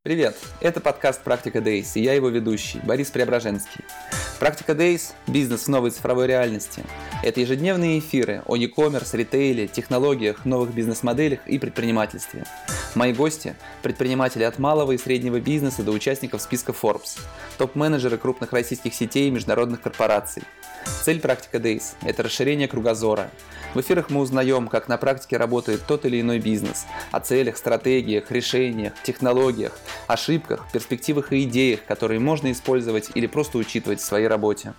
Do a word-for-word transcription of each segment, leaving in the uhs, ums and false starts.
Привет! Это подкаст «Практика Days» и я его ведущий, Борис Преображенский. «Практика Days» – бизнес в новой цифровой реальности. Это ежедневные эфиры о e-commerce, ритейле, технологиях, новых бизнес-моделях и предпринимательстве. Мои гости – предприниматели от малого и среднего бизнеса до участников списка Forbes, топ-менеджеры крупных российских сетей и международных корпораций. Цель «Практика Days» – это расширение кругозора. В эфирах мы узнаем, как на практике работает тот или иной бизнес, о целях, стратегиях, решениях, технологиях, ошибках, перспективах и идеях, которые можно использовать или просто учитывать в своей работе.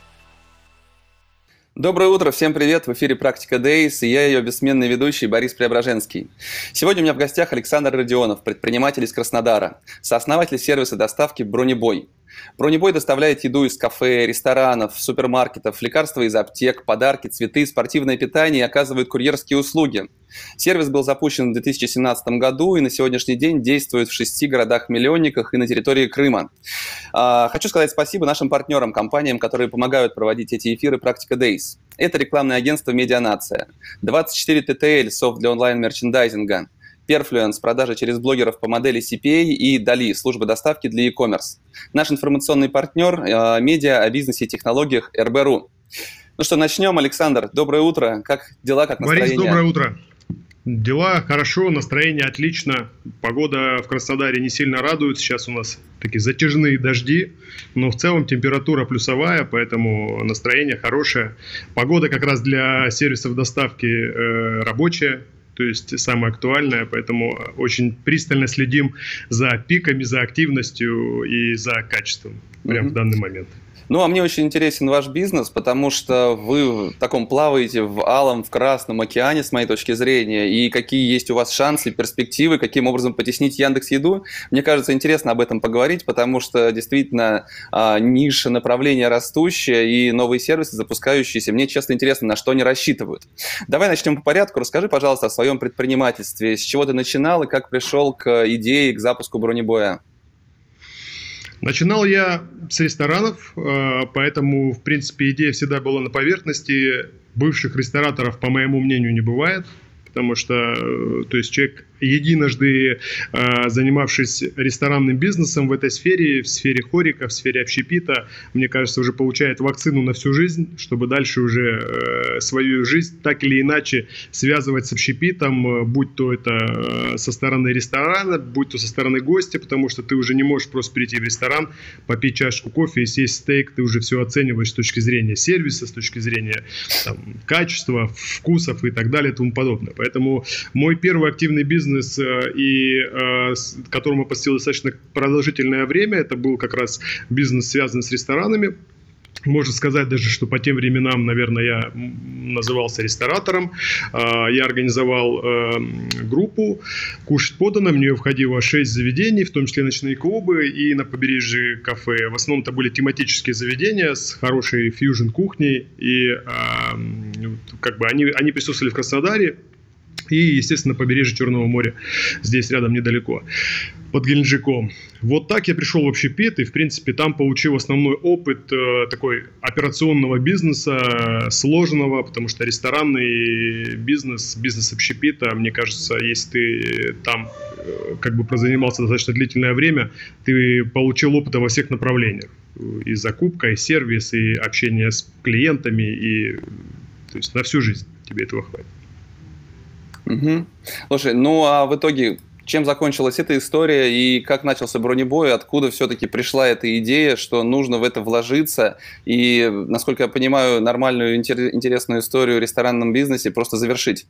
Доброе утро, всем привет! В эфире «Практика Days» и я ее бессменный ведущий Борис Преображенский. Сегодня у меня в гостях Александр Родионов, предприниматель из Краснодара, сооснователь сервиса доставки «Бронебой». Бронебой доставляет еду из кафе, ресторанов, супермаркетов, лекарства из аптек, подарки, цветы, спортивное питание и оказывает курьерские услуги. Сервис был запущен в две тысячи семнадцатом году и на сегодняшний день действует в шести городах-миллионниках и на территории Крыма. Хочу сказать спасибо нашим партнерам, компаниям, которые помогают проводить эти эфиры «Практика Days». Это рекламное агентство «Медианация», двадцать четыре тэ тэ эл, софт для онлайн-мерчендайзинга, Perfluence, продажа через блогеров по модели си пи эй и Dali, служба доставки для e-commerce. Наш информационный партнер э, медиа о бизнесе и технологиях эр бэ точка ру. Ну что, начнем. Александр, доброе утро. Как дела, как настроение? Борис, доброе утро. Дела хорошо, настроение отлично. Погода в Краснодаре не сильно радует. Сейчас у нас такие затяжные дожди, но в целом температура плюсовая, поэтому настроение хорошее. Погода как раз для сервисов доставки э, рабочая. То есть самое актуальное, поэтому очень пристально следим за пиками, за активностью и за качеством прямо mm-hmm. в данный момент. Ну, а мне очень интересен ваш бизнес, потому что вы в таком плаваете в алом, в красном океане, с моей точки зрения, и какие есть у вас шансы, перспективы, каким образом потеснить Яндекс.Еду. Мне кажется, интересно об этом поговорить, потому что действительно а, ниша направления растущая и новые сервисы запускающиеся. Мне, честно, интересно, на что они рассчитывают. Давай начнем по порядку. Расскажи, пожалуйста, о своем предпринимательстве. С чего ты начинал и как пришел к идее, к запуску Бронебоя? Начинал я с ресторанов, поэтому, в принципе, идея всегда была на поверхности. Бывших рестораторов, по моему мнению, не бывает, потому что, то есть, человек, единожды э, занимавшись ресторанным бизнесом в этой сфере, в сфере хорика, в сфере общепита, мне кажется, уже получает вакцину на всю жизнь, чтобы дальше уже э, свою жизнь так или иначе связывать с общепитом, э, будь то это со стороны ресторана, будь то со стороны гостя, потому что ты уже не можешь просто прийти в ресторан, попить чашку кофе и съесть стейк, ты уже все оцениваешь с точки зрения сервиса, с точки зрения там, качества, вкусов и так далее и тому подобное. Поэтому мой первый активный бизнес, и э, которому я посвятил достаточно продолжительное время, это был как раз бизнес, связанный с ресторанами. Можно сказать даже, что по тем временам, наверное, я назывался ресторатором. Я организовал группу «Кушать подано». В нее входило шесть заведений, в том числе ночные клубы и на побережье кафе. В основном это были тематические заведения с хорошей фьюжн-кухней. И как бы они, они присутствовали в Краснодаре. И, естественно, побережье Черного моря, здесь рядом недалеко, под Геленджиком. Вот так я пришел в общепит, и, в принципе, там получил основной опыт э, такой операционного бизнеса, э, сложного, потому что ресторанный бизнес, бизнес общепита, мне кажется, если ты там э, как бы прозанимался достаточно длительное время, ты получил опыт во всех направлениях. И закупка, и сервис, и общение с клиентами, и то есть на всю жизнь тебе этого хватит. Угу. Слушай, ну а в итоге чем закончилась эта история и как начался Бронебой, откуда все-таки пришла эта идея, что нужно в это вложиться и, насколько я понимаю, нормальную интересную историю в ресторанном бизнесе просто завершить?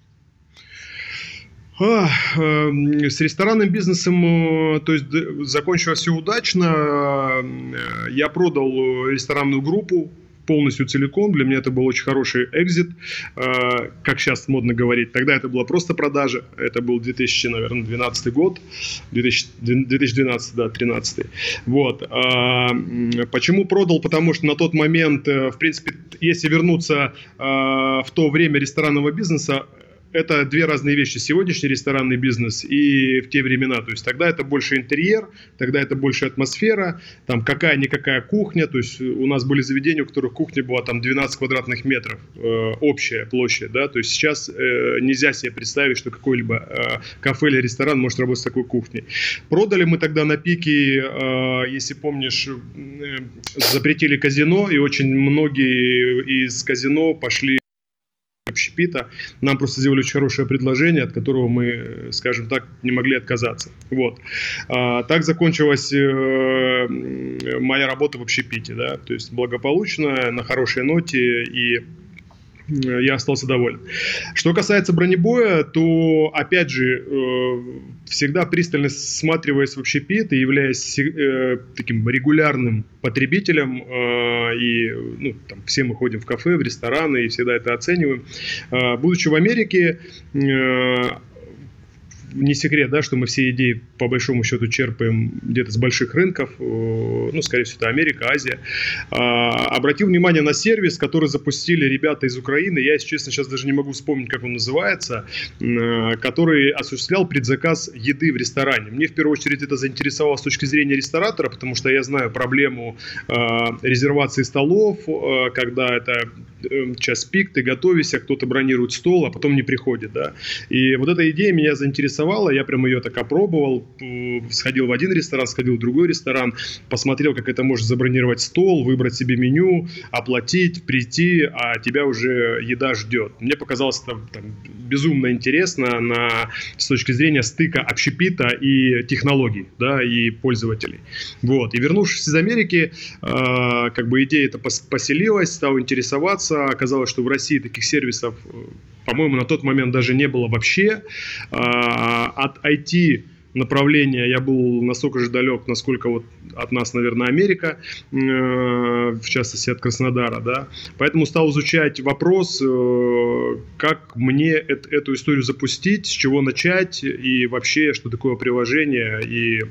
А, э, с ресторанным бизнесом, то есть закончилось все удачно. Я продал ресторанную группу полностью целиком. Для меня это был очень хороший экзит, э, как сейчас модно говорить. Тогда это была просто продажа. Это был две тысячи двенадцатый год. две тысячи двенадцатый, да, тринадцатый. Вот. А, почему продал? Потому что на тот момент, в принципе, если вернуться а, в то время ресторанного бизнеса, это две разные вещи. Сегодняшний ресторанный бизнес и в те времена. То есть тогда это больше интерьер, тогда это больше атмосфера, там какая-никакая кухня. То есть у нас были заведения, у которых кухня была там двенадцать квадратных метров, э, общая площадь. Да? То есть сейчас э, нельзя себе представить, что какой-либо э, кафе или ресторан может работать с такой кухней. Продали мы тогда на пике, э, если помнишь, э, запретили казино, и очень многие из казино пошли общепита. Нам просто сделали очень хорошее предложение, от которого мы, скажем так, не могли отказаться. Вот. А, так закончилась э, моя работа в общепите, да, то есть благополучно, на хорошей ноте, и я остался доволен. Что касается бронебоя, то, опять же, э, всегда пристально всматриваясь в общепит и являясь э, таким регулярным потребителем, э, и ну, там, все мы ходим в кафе, в рестораны и всегда это оцениваем. Э, будучи в Америке, э, не секрет, да, что мы все идеи по большому счету черпаем где-то с больших рынков, ну, скорее всего, это Америка, Азия. А, обратил внимание на сервис, который запустили ребята из Украины, я, если честно, сейчас даже не могу вспомнить, как он называется, который осуществлял предзаказ еды в ресторане. Мне в первую очередь это заинтересовало с точки зрения ресторатора, потому что я знаю проблему а, резервации столов, а, когда это час пик, ты готовишься, кто-то бронирует стол, а потом не приходит, да. И вот эта идея меня заинтересовала, я прям ее так опробовал, сходил в один ресторан, сходил в другой ресторан, посмотрел, как это может забронировать стол, выбрать себе меню, оплатить, прийти, а тебя уже еда ждет. Мне показалось это там, безумно интересно на, с точки зрения стыка общепита и технологий, да, и пользователей. Вот. И вернувшись из Америки, э, как бы идея эта поселилась, стал интересоваться. Оказалось, что в России таких сервисов, по-моему, на тот момент даже не было вообще. От ай ти направления я был настолько же далек, насколько вот от нас, наверное, Америка, в частности от Краснодара, да. Поэтому стал изучать вопрос, как мне эту историю запустить, с чего начать и вообще, что такое приложение и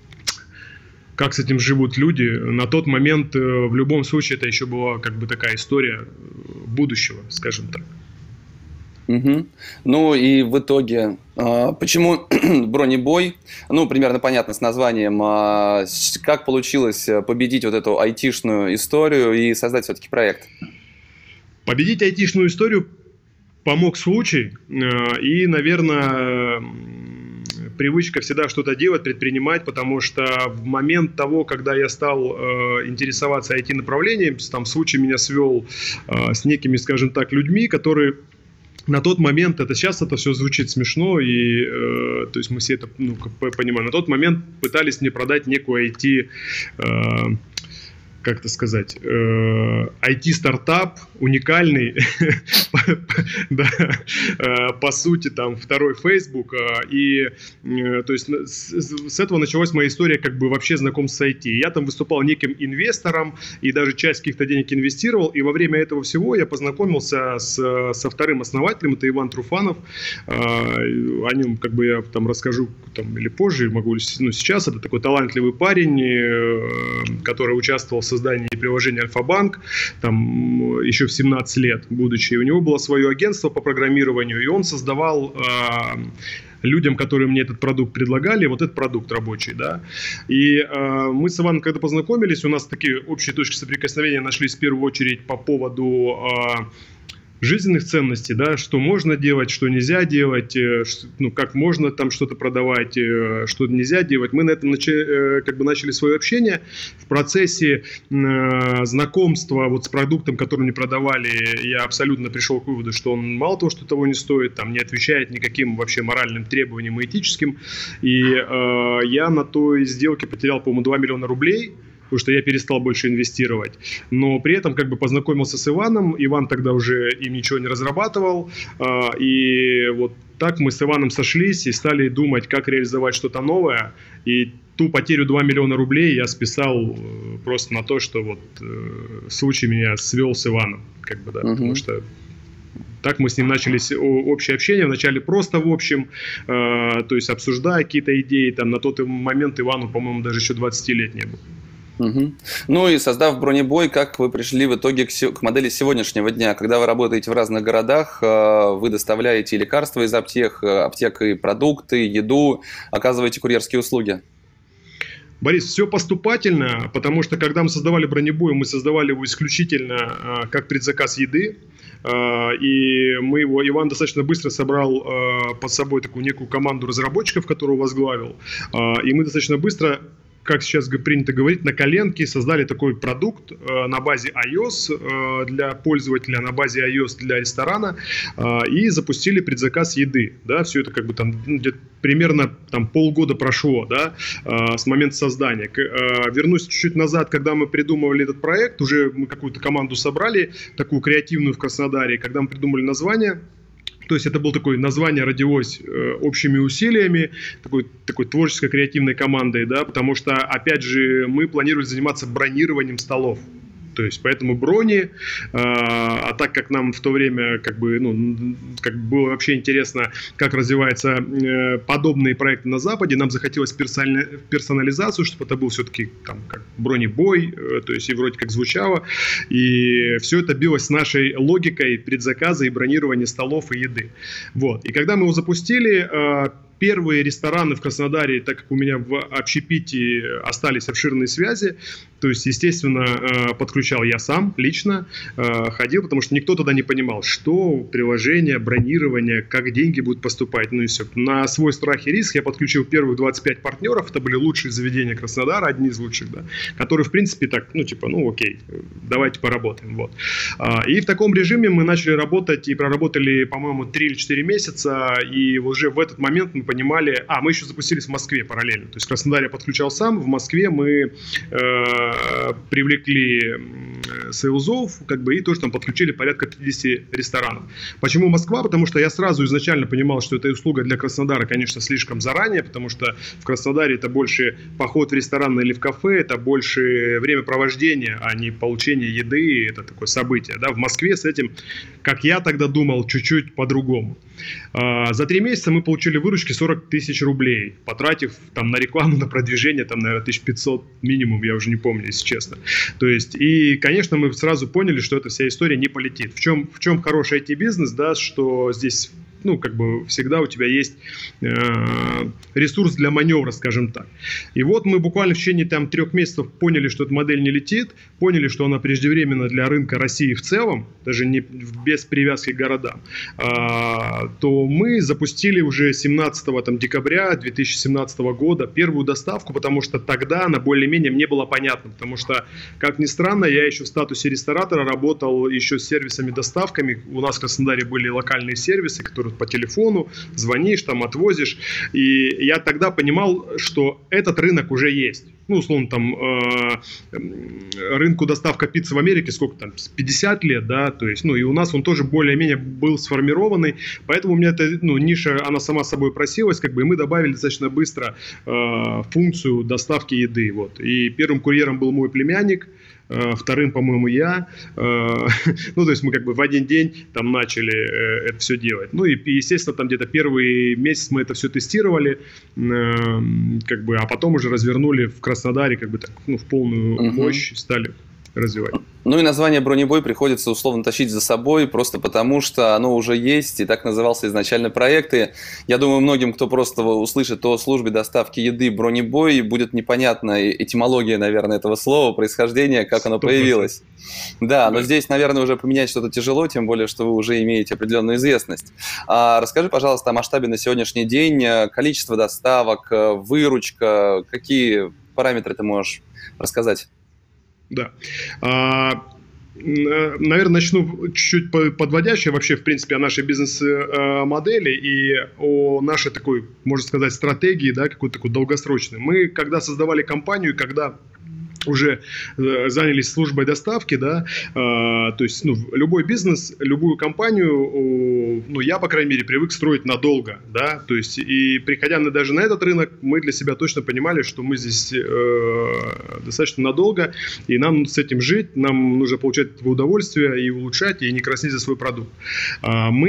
как с этим живут люди. На тот момент в любом случае это еще была как бы такая история будущего, скажем так. Угу. Ну и в итоге, почему бронебой? Ну, примерно понятно с названием. Как получилось победить вот эту айтишную историю и создать все-таки проект? Победить айтишную историю помог случай и, наверное, привычка всегда что-то делать, предпринимать, потому что в момент того, когда я стал э, интересоваться ай ти-направлением, там случай меня свел э, с некими, скажем так, людьми, которые на тот момент, это сейчас это все звучит смешно, и э, то есть мы все это ну, понимаем, на тот момент пытались мне продать некую ай ти, э, как это сказать, э, ай ти-стартап, уникальный, да, э, по сути, там, второй Facebook, э, и, э, то есть, с, с этого началась моя история, как бы, вообще знакомства с ай ти. Я там выступал неким инвестором, и даже часть каких-то денег инвестировал, и во время этого всего я познакомился с, со вторым основателем, это Иван Труфанов, э, о нем, как бы, я там расскажу, там, или позже, могу, ну, сейчас, это такой талантливый парень, э, который участвовал в создании приложения Альфа-Банк, там, еще в семнадцать лет, будучи. И у него было свое агентство по программированию, и он создавал э, людям, которые мне этот продукт предлагали, вот этот продукт рабочий, да. И э, мы с Иваном, когда познакомились, у нас такие общие точки соприкосновения нашлись в первую очередь по поводу э, жизненных ценностей, да, что можно делать, что нельзя делать, ну, как можно там что-то продавать, что нельзя делать. Мы на этом начали, как бы начали свое общение. В процессе э, знакомства вот с продуктом, который мне продавали, я абсолютно пришел к выводу, что он мало того, что того не стоит, там, не отвечает никаким вообще моральным требованиям и этическим. И э, я на той сделке потерял, по-моему, два миллиона рублей, потому что я перестал больше инвестировать. Но при этом как бы познакомился с Иваном. Иван тогда уже им ничего не разрабатывал. И вот так мы с Иваном сошлись и стали думать, как реализовать что-то новое. И ту потерю два миллиона рублей я списал просто на то, что вот случай меня свел с Иваном. Как бы, да, угу. Потому что так мы с ним начали общее общение, вначале просто в общем, э, то есть обсуждая какие-то идеи, там на тот момент Ивану, по-моему, даже еще двадцать лет не было. Угу. Ну и создав бронебой, как вы пришли в итоге к, се- к модели сегодняшнего дня, когда вы работаете в разных городах, э, вы доставляете лекарства из аптек, э, аптек и продукты, еду, оказываете курьерские услуги? Борис, все поступательно, потому что когда мы создавали бронебой, мы создавали его исключительно э, как предзаказ еды, э, и мы его, Иван достаточно быстро собрал э, под собой такую некую команду разработчиков, которую возглавил, э, и мы достаточно быстро, как сейчас принято говорить, на коленке создали такой продукт э, на базе iOS э, для пользователя, на базе iOS для ресторана, э, и запустили предзаказ еды. Да, все это как бы там ну, где-то примерно там, полгода прошло, да, э, с момента создания. К, э, вернусь чуть-чуть назад, когда мы придумывали этот проект, уже мы какую-то команду собрали, такую креативную в Краснодаре, когда мы придумали название. То есть это было такое название, родилось э, общими усилиями, такой, такой творческой креативной командой, да, потому что, опять же, мы планировали заниматься бронированием столов. То есть, поэтому брони, э, а так как нам в то время как бы, ну, как бы было вообще интересно, как развиваются э, подобные проекты на Западе, нам захотелось персональ, персонализацию, чтобы это был все-таки там, как бронебой, э, то есть и вроде как звучало. И все это билось с нашей логикой предзаказа и бронирования столов и еды. Вот. И когда мы его запустили, э, первые рестораны в Краснодаре, так как у меня в общепите остались обширные связи, то есть, естественно, подключал я сам лично, ходил, потому что никто тогда не понимал, что приложение, бронирование, как деньги будут поступать, ну и все. На свой страх и риск я подключил первых двадцать пять партнеров, это были лучшие заведения Краснодара, одни из лучших, да, которые, в принципе, так, ну, типа, ну, окей, давайте поработаем, вот. И в таком режиме мы начали работать и проработали, по-моему, три или четыре месяца, и уже в этот момент мы понимали, а, мы еще запустились в Москве параллельно, то есть в Краснодаре я подключал сам, в Москве мы э, привлекли сейлзов, как бы, и тоже там подключили порядка пятьдесят ресторанов. Почему Москва? Потому что я сразу изначально понимал, что эта услуга для Краснодара, конечно, слишком заранее, потому что в Краснодаре это больше поход в ресторан или в кафе, это больше времяпровождения, а не получение еды, это такое событие. Да? В Москве с этим, как я тогда думал, чуть-чуть по-другому. За три месяца мы получили выручки сорок тысяч рублей, потратив там на рекламу, на продвижение, там, наверное, тысяча пятьсот минимум, я уже не помню, если честно. То есть, и, конечно, мы сразу поняли, что эта вся история не полетит. В чем, в чем хороший ай ти-бизнес, да, что здесь, ну, как бы всегда у тебя есть э, ресурс для маневра, скажем так. И вот мы буквально в течение там трех месяцев поняли, что эта модель не летит, поняли, что она преждевременна для рынка России в целом, даже не без привязки к городам, э, то мы запустили уже семнадцатого декабря две тысячи семнадцатого года первую доставку, потому что тогда она более-менее мне было понятно, потому что, как ни странно, я еще в статусе ресторатора работал еще с сервисами-доставками. У нас в Краснодаре были локальные сервисы, которые по телефону звонишь, там отвозишь. И я тогда понимал, что этот рынок уже есть. Ну, условно, там э, рынку доставка пиццы в Америке сколько там, пятьдесят лет, да, то есть, ну, и у нас он тоже более-менее был сформированный, поэтому у меня эта, ну, ниша, она сама собой просилась, как бы, и мы добавили достаточно быстро э, функцию доставки еды, вот. И первым курьером был мой племянник, вторым, по-моему, я. Ну, то есть мы как бы в один день там начали это все делать. Ну, и, естественно, там где-то первый месяц мы это все тестировали, как бы, а потом уже развернули в Краснодаре, как бы так, ну, в полную uh-huh. мощь стали развивать. Ну и название «Бронебой» приходится условно тащить за собой, просто потому что оно уже есть, и так назывался изначально проект. И я думаю, многим, кто просто услышит о службе доставки еды «Бронебой», будет непонятна этимология, наверное, этого слова, происхождение, как оно появилось. Да, но здесь, наверное, уже поменять что-то тяжело, тем более, что вы уже имеете определенную известность. А расскажи, пожалуйста, о масштабе на сегодняшний день, количество доставок, выручка, какие параметры ты можешь рассказать? Да. А, наверное, начну чуть-чуть подводяще вообще, в принципе, о нашей бизнес-модели и о нашей такой, можно сказать, стратегии, да, какой-то такой долгосрочной. Мы, когда создавали компанию, когда уже занялись службой доставки, да, э, то есть, ну, любой бизнес, любую компанию, ну, я, по крайней мере, привык строить надолго, да, то есть, и приходя на, даже на этот рынок, мы для себя точно понимали, что мы здесь э, достаточно надолго, и нам с этим жить, нам нужно получать удовольствие и улучшать, и не краснеть за свой продукт. Э, мы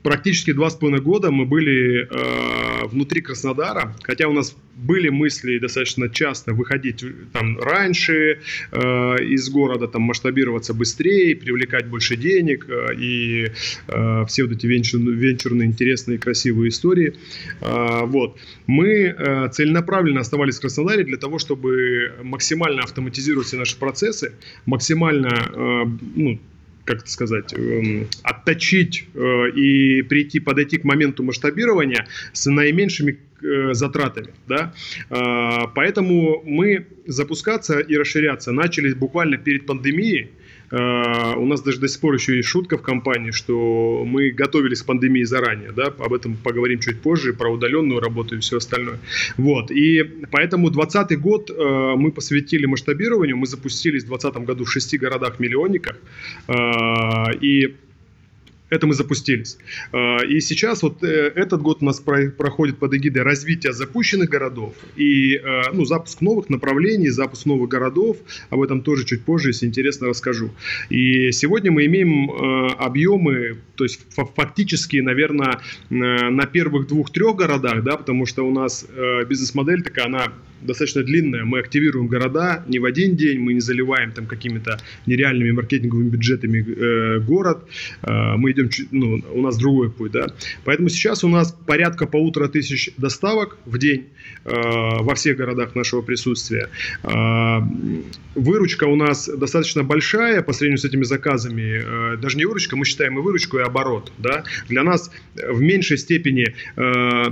практически два с половиной года мы были э, внутри Краснодара, хотя у нас были мысли достаточно часто выходить там раньше э, из города, там масштабироваться быстрее, привлекать больше денег э, и э, все вот эти венчурные, венчурные интересные красивые истории. Э, вот. Мы э, целенаправленно оставались в Краснодаре для того, чтобы максимально автоматизировать все наши процессы, максимально э, ну, как это сказать, э, отточить э, и прийти, подойти к моменту масштабирования с наименьшими э, затратами. Да? Э, поэтому мы запускаться и расширяться начали буквально перед пандемией. Uh, у нас даже до сих пор еще есть шутка в компании, что мы готовились к пандемии заранее, да, об этом поговорим чуть позже, про удаленную работу и все остальное. Вот, и поэтому двадцатый год uh, мы посвятили масштабированию, мы запустились в двадцатом году в шести городах-миллионниках, uh, и это мы запустились. И сейчас вот этот год у нас проходит под эгидой развития запущенных городов и ну, запуск новых направлений, запуск новых городов. Об этом тоже чуть позже, если интересно, расскажу. И сегодня мы имеем объемы, то есть фактически, наверное, на первых двух-трех городах, да, потому что у нас бизнес-модель такая, она достаточно длинная. Мы активируем города не в один день, мы не заливаем там какими-то нереальными маркетинговыми бюджетами э, город. Э, мы идем, ну, у нас другой путь, да. Поэтому сейчас у нас порядка полутора тысяч доставок в день э, во всех городах нашего присутствия. Э, выручка у нас достаточно большая по сравнению с этими заказами. Э, даже не выручка, мы считаем и выручку, и оборот, да. Для нас в меньшей степени э,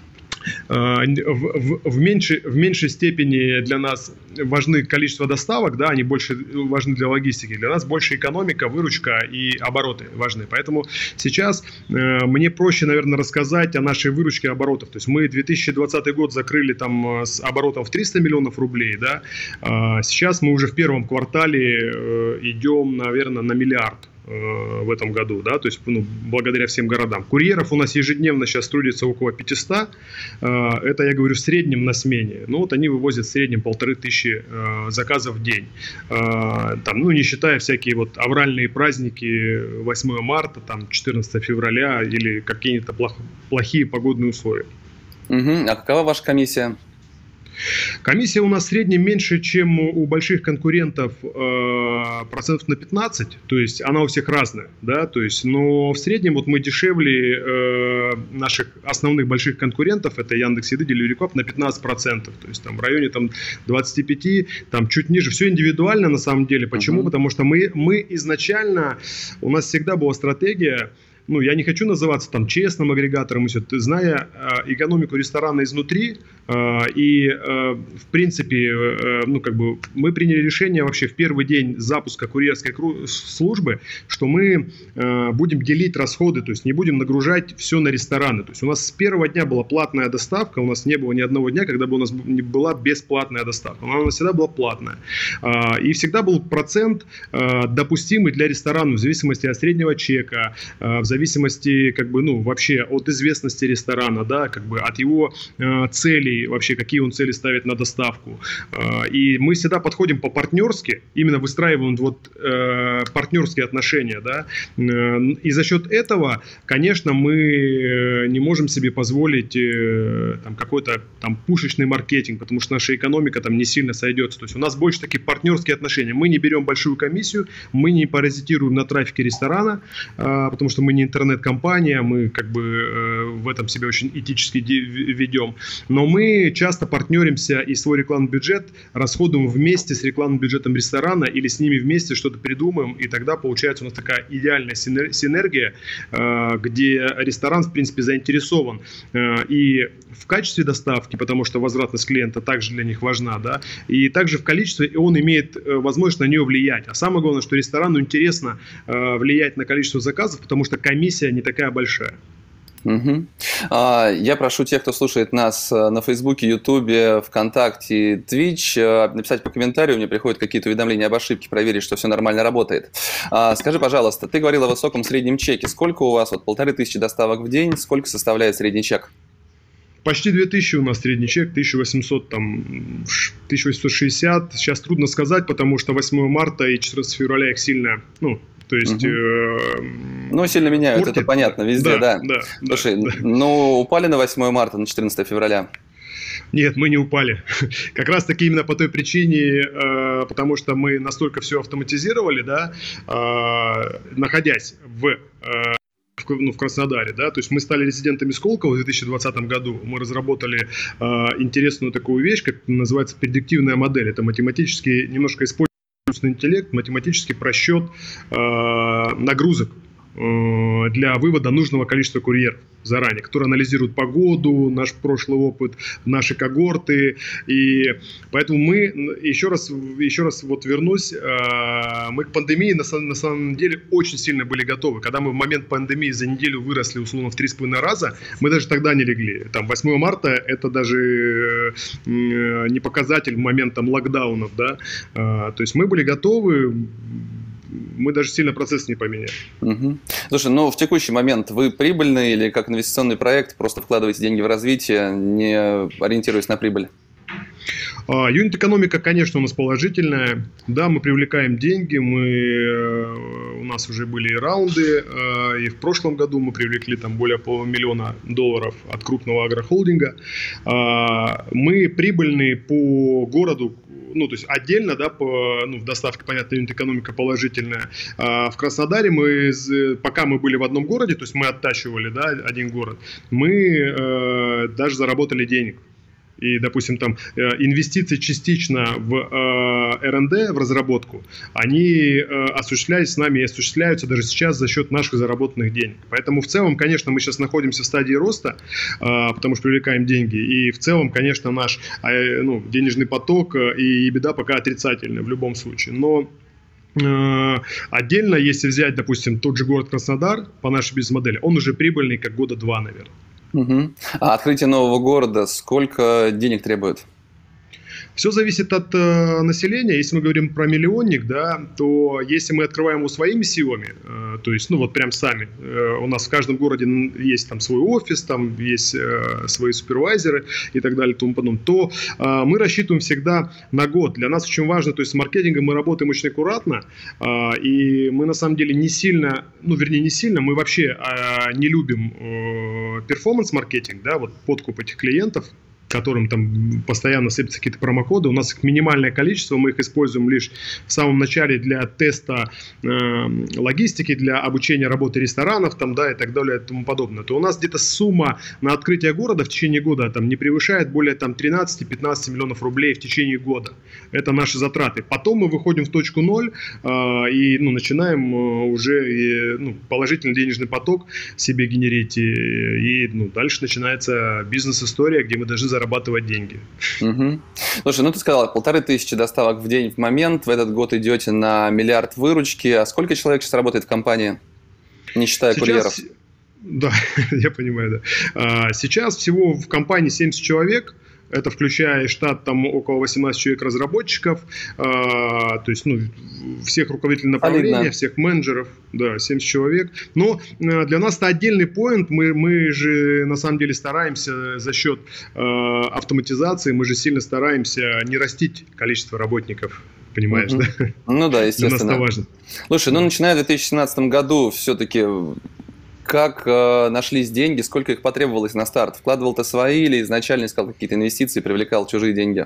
В, в, в, меньшей, в меньшей степени для нас важны количество доставок, да, они больше важны для логистики. Для нас больше экономика, выручка и обороты важны. Поэтому сейчас э, мне проще, наверное, рассказать о нашей выручке и оборотах. То есть мы две тысячи двадцатый год закрыли там с оборотом в триста миллионов рублей, да. А сейчас мы уже в первом квартале э, идем, наверное, на миллиард в этом году, да, то есть, ну, благодаря всем городам. Курьеров у нас ежедневно сейчас трудится около пятисот, это я говорю в среднем на смене, ну, вот они вывозят в среднем полторы тысячи заказов в день, там, ну, не считая всякие вот авральные праздники восьмого марта, там, четырнадцатого февраля или какие-то плох- плохие погодные условия. Угу. А какова ваша комиссия? Комиссия у нас в среднем меньше, чем у больших конкурентов, э, процентов на пятнадцать, то есть она у всех разная, да, то есть, но в среднем вот мы дешевле э, наших основных больших конкурентов, это Яндекс.Еды, Delivery.Club, на пятнадцать процентов, то есть там в районе там двадцать пять, там чуть ниже, все индивидуально на самом деле. Почему? Uh-huh. Потому что мы, мы изначально, у нас всегда была стратегия. Ну, я не хочу называться там честным агрегатором, зная э, экономику ресторана изнутри, э, и, э, в принципе, э, ну, как бы мы приняли решение вообще в первый день запуска курьерской кру- службы, что мы э, будем делить расходы, то есть не будем нагружать все на рестораны. То есть у нас с первого дня была платная доставка, у нас не было ни одного дня, когда бы у нас была бесплатная доставка. Она у нас всегда была платная. Э, и всегда был процент э, допустимый для ресторана в зависимости от среднего чека, э, в зависимости, как бы, ну, вообще от известности ресторана, да, как бы от его э, целей, вообще, какие он цели ставит на доставку. Э, и мы всегда подходим по-партнерски, именно выстраиваем вот э, партнерские отношения, да, э, и за счет этого, конечно, мы не можем себе позволить э, там какой-то там пушечный маркетинг, потому что наша экономика там не сильно сойдется. То есть у нас больше такие партнерские отношения. Мы не берем большую комиссию, мы не паразитируем на трафике ресторана, э, потому что мы не интернет-компания, мы как бы э, в этом себя очень этически ведем, но мы часто партнеримся и свой рекламный бюджет расходуем вместе с рекламным бюджетом ресторана или с ними вместе что-то придумаем, и тогда получается у нас такая идеальная синергия, э, где ресторан, в принципе, заинтересован э, и в качестве доставки, потому что возвратность клиента также для них важна, да, и также в количестве, и он имеет э, возможность на нее влиять. А самое главное, что ресторану интересно э, влиять на количество заказов, потому что комиссия не такая большая. Угу. А, я прошу тех, кто слушает нас на Фейсбуке, Ютубе, ВКонтакте, Твич, написать по комментарию, мне приходят какие-то уведомления об ошибке, проверить, что все нормально работает. А, скажи, пожалуйста, ты говорил о высоком среднем чеке. Сколько у вас? Вот полторы тысячи доставок в день. Сколько составляет средний чек? Почти две тысячи у нас средний чек, тысяча восемьсот, там, тысяча восемьсот шестьдесят. Сейчас трудно сказать, потому что восьмого марта и четырнадцатого февраля их сильно, ну, То есть... Угу. Э, ну, сильно меняют, портит. Это понятно, везде, да. да. да Слушай, да, ну, упали на восьмое марта, на четырнадцатое февраля? Нет, мы не упали. Как раз таки именно по той причине, э, потому что мы настолько все автоматизировали, да, э, находясь в... Э, В, ну, в Краснодаре, да, то есть мы стали резидентами Сколково в две тысячи двадцатом году, мы разработали э, интересную такую вещь, как называется предиктивная модель, это математически, немножко используется искусственный интеллект, математический просчет э, нагрузок э, для вывода нужного количества курьеров заранее, которые анализируют погоду, наш прошлый опыт, наши когорты, и поэтому мы, еще раз, еще раз вот вернусь, мы к пандемии на самом, на самом деле очень сильно были готовы. Когда мы в момент пандемии за неделю выросли условно в три с половиной раза, мы даже тогда не легли. Там восьмое марта это даже не показатель в момент там локдаунов, да, то есть мы были готовы. Мы даже сильно процесс не поменяли. Угу. Слушай, ну в текущий момент вы прибыльный или как инвестиционный проект просто вкладываете деньги в развитие, не ориентируясь на прибыль? Юнит-экономика, конечно, у нас положительная. Да, мы привлекаем деньги, мы, у нас уже были раунды, и в прошлом году мы привлекли там более полумиллиона долларов от крупного агрохолдинга. Мы прибыльные по городу, ну, то есть отдельно, да, по, ну, в доставке, понятно, юнит-экономика положительная. А в Краснодаре мы, пока мы были в одном городе, то есть мы оттачивали, да, один город, мы э, даже заработали денег. И, допустим, там инвестиции частично в э, эр энд ди, в разработку, они э, осуществлялись с нами и осуществляются даже сейчас за счет наших заработанных денег. Поэтому в целом, конечно, мы сейчас находимся в стадии роста, э, потому что привлекаем деньги. И в целом, конечно, наш э, ну, денежный поток и беда пока отрицательная в любом случае. Но э, отдельно, если взять, допустим, тот же город Краснодар по нашей бизнес-модели, он уже прибыльный как года два, наверное. Угу. А открытие нового города сколько денег требует? Все зависит от э, населения. Если мы говорим про миллионник, да, то если мы открываем его своими силами, э, то есть, ну вот прям сами, э, у нас в каждом городе есть там свой офис, там есть э, свои супервайзеры и так далее, и тому подобное, то э, мы рассчитываем всегда на год. Для нас очень важно, то есть с маркетингом мы работаем очень аккуратно, э, и мы на самом деле не сильно, ну вернее не сильно, мы вообще э, не любим э, перформанс-маркетинг, да, вот подкуп этих клиентов, которым там постоянно сыпятся какие-то промокоды. У нас их минимальное количество, мы их используем лишь в самом начале для теста э, логистики, для обучения работы ресторанов там, да, и так далее и тому подобное. То у нас где-то сумма на открытие города в течение года там, не превышает более там, тринадцать-пятнадцать миллионов рублей в течение года. Это наши затраты. Потом мы выходим в точку ноль э, и ну, начинаем э, уже э, ну, положительный денежный поток себе генерить. И, и ну, дальше начинается бизнес-история, где мы должны зарабатывать деньги. Угу. Слушай, ну ты сказал, полторы тысячи доставок в день в момент, в этот год идете на миллиард выручки. А сколько человек сейчас работает в компании, не считая сейчас... курьеров? Да, я понимаю, да. Сейчас всего в компании семьдесят человек. Это включая штат там около восемнадцать человек разработчиков, э, то есть ну, всех руководителей направления, Олегна. всех менеджеров, да, семьдесят человек. Но э, для нас это отдельный поинт. Мы, мы же на самом деле стараемся за счет э, автоматизации, мы же сильно стараемся не растить количество работников. Понимаешь, угу. да? Ну да, естественно. Для нас это важно. Слушай, ну начиная в две тысячи семнадцатом году все-таки... Как э, нашлись деньги, сколько их потребовалось на старт? Вкладывал ты свои или изначально искал какие-то инвестиции, привлекал чужие деньги?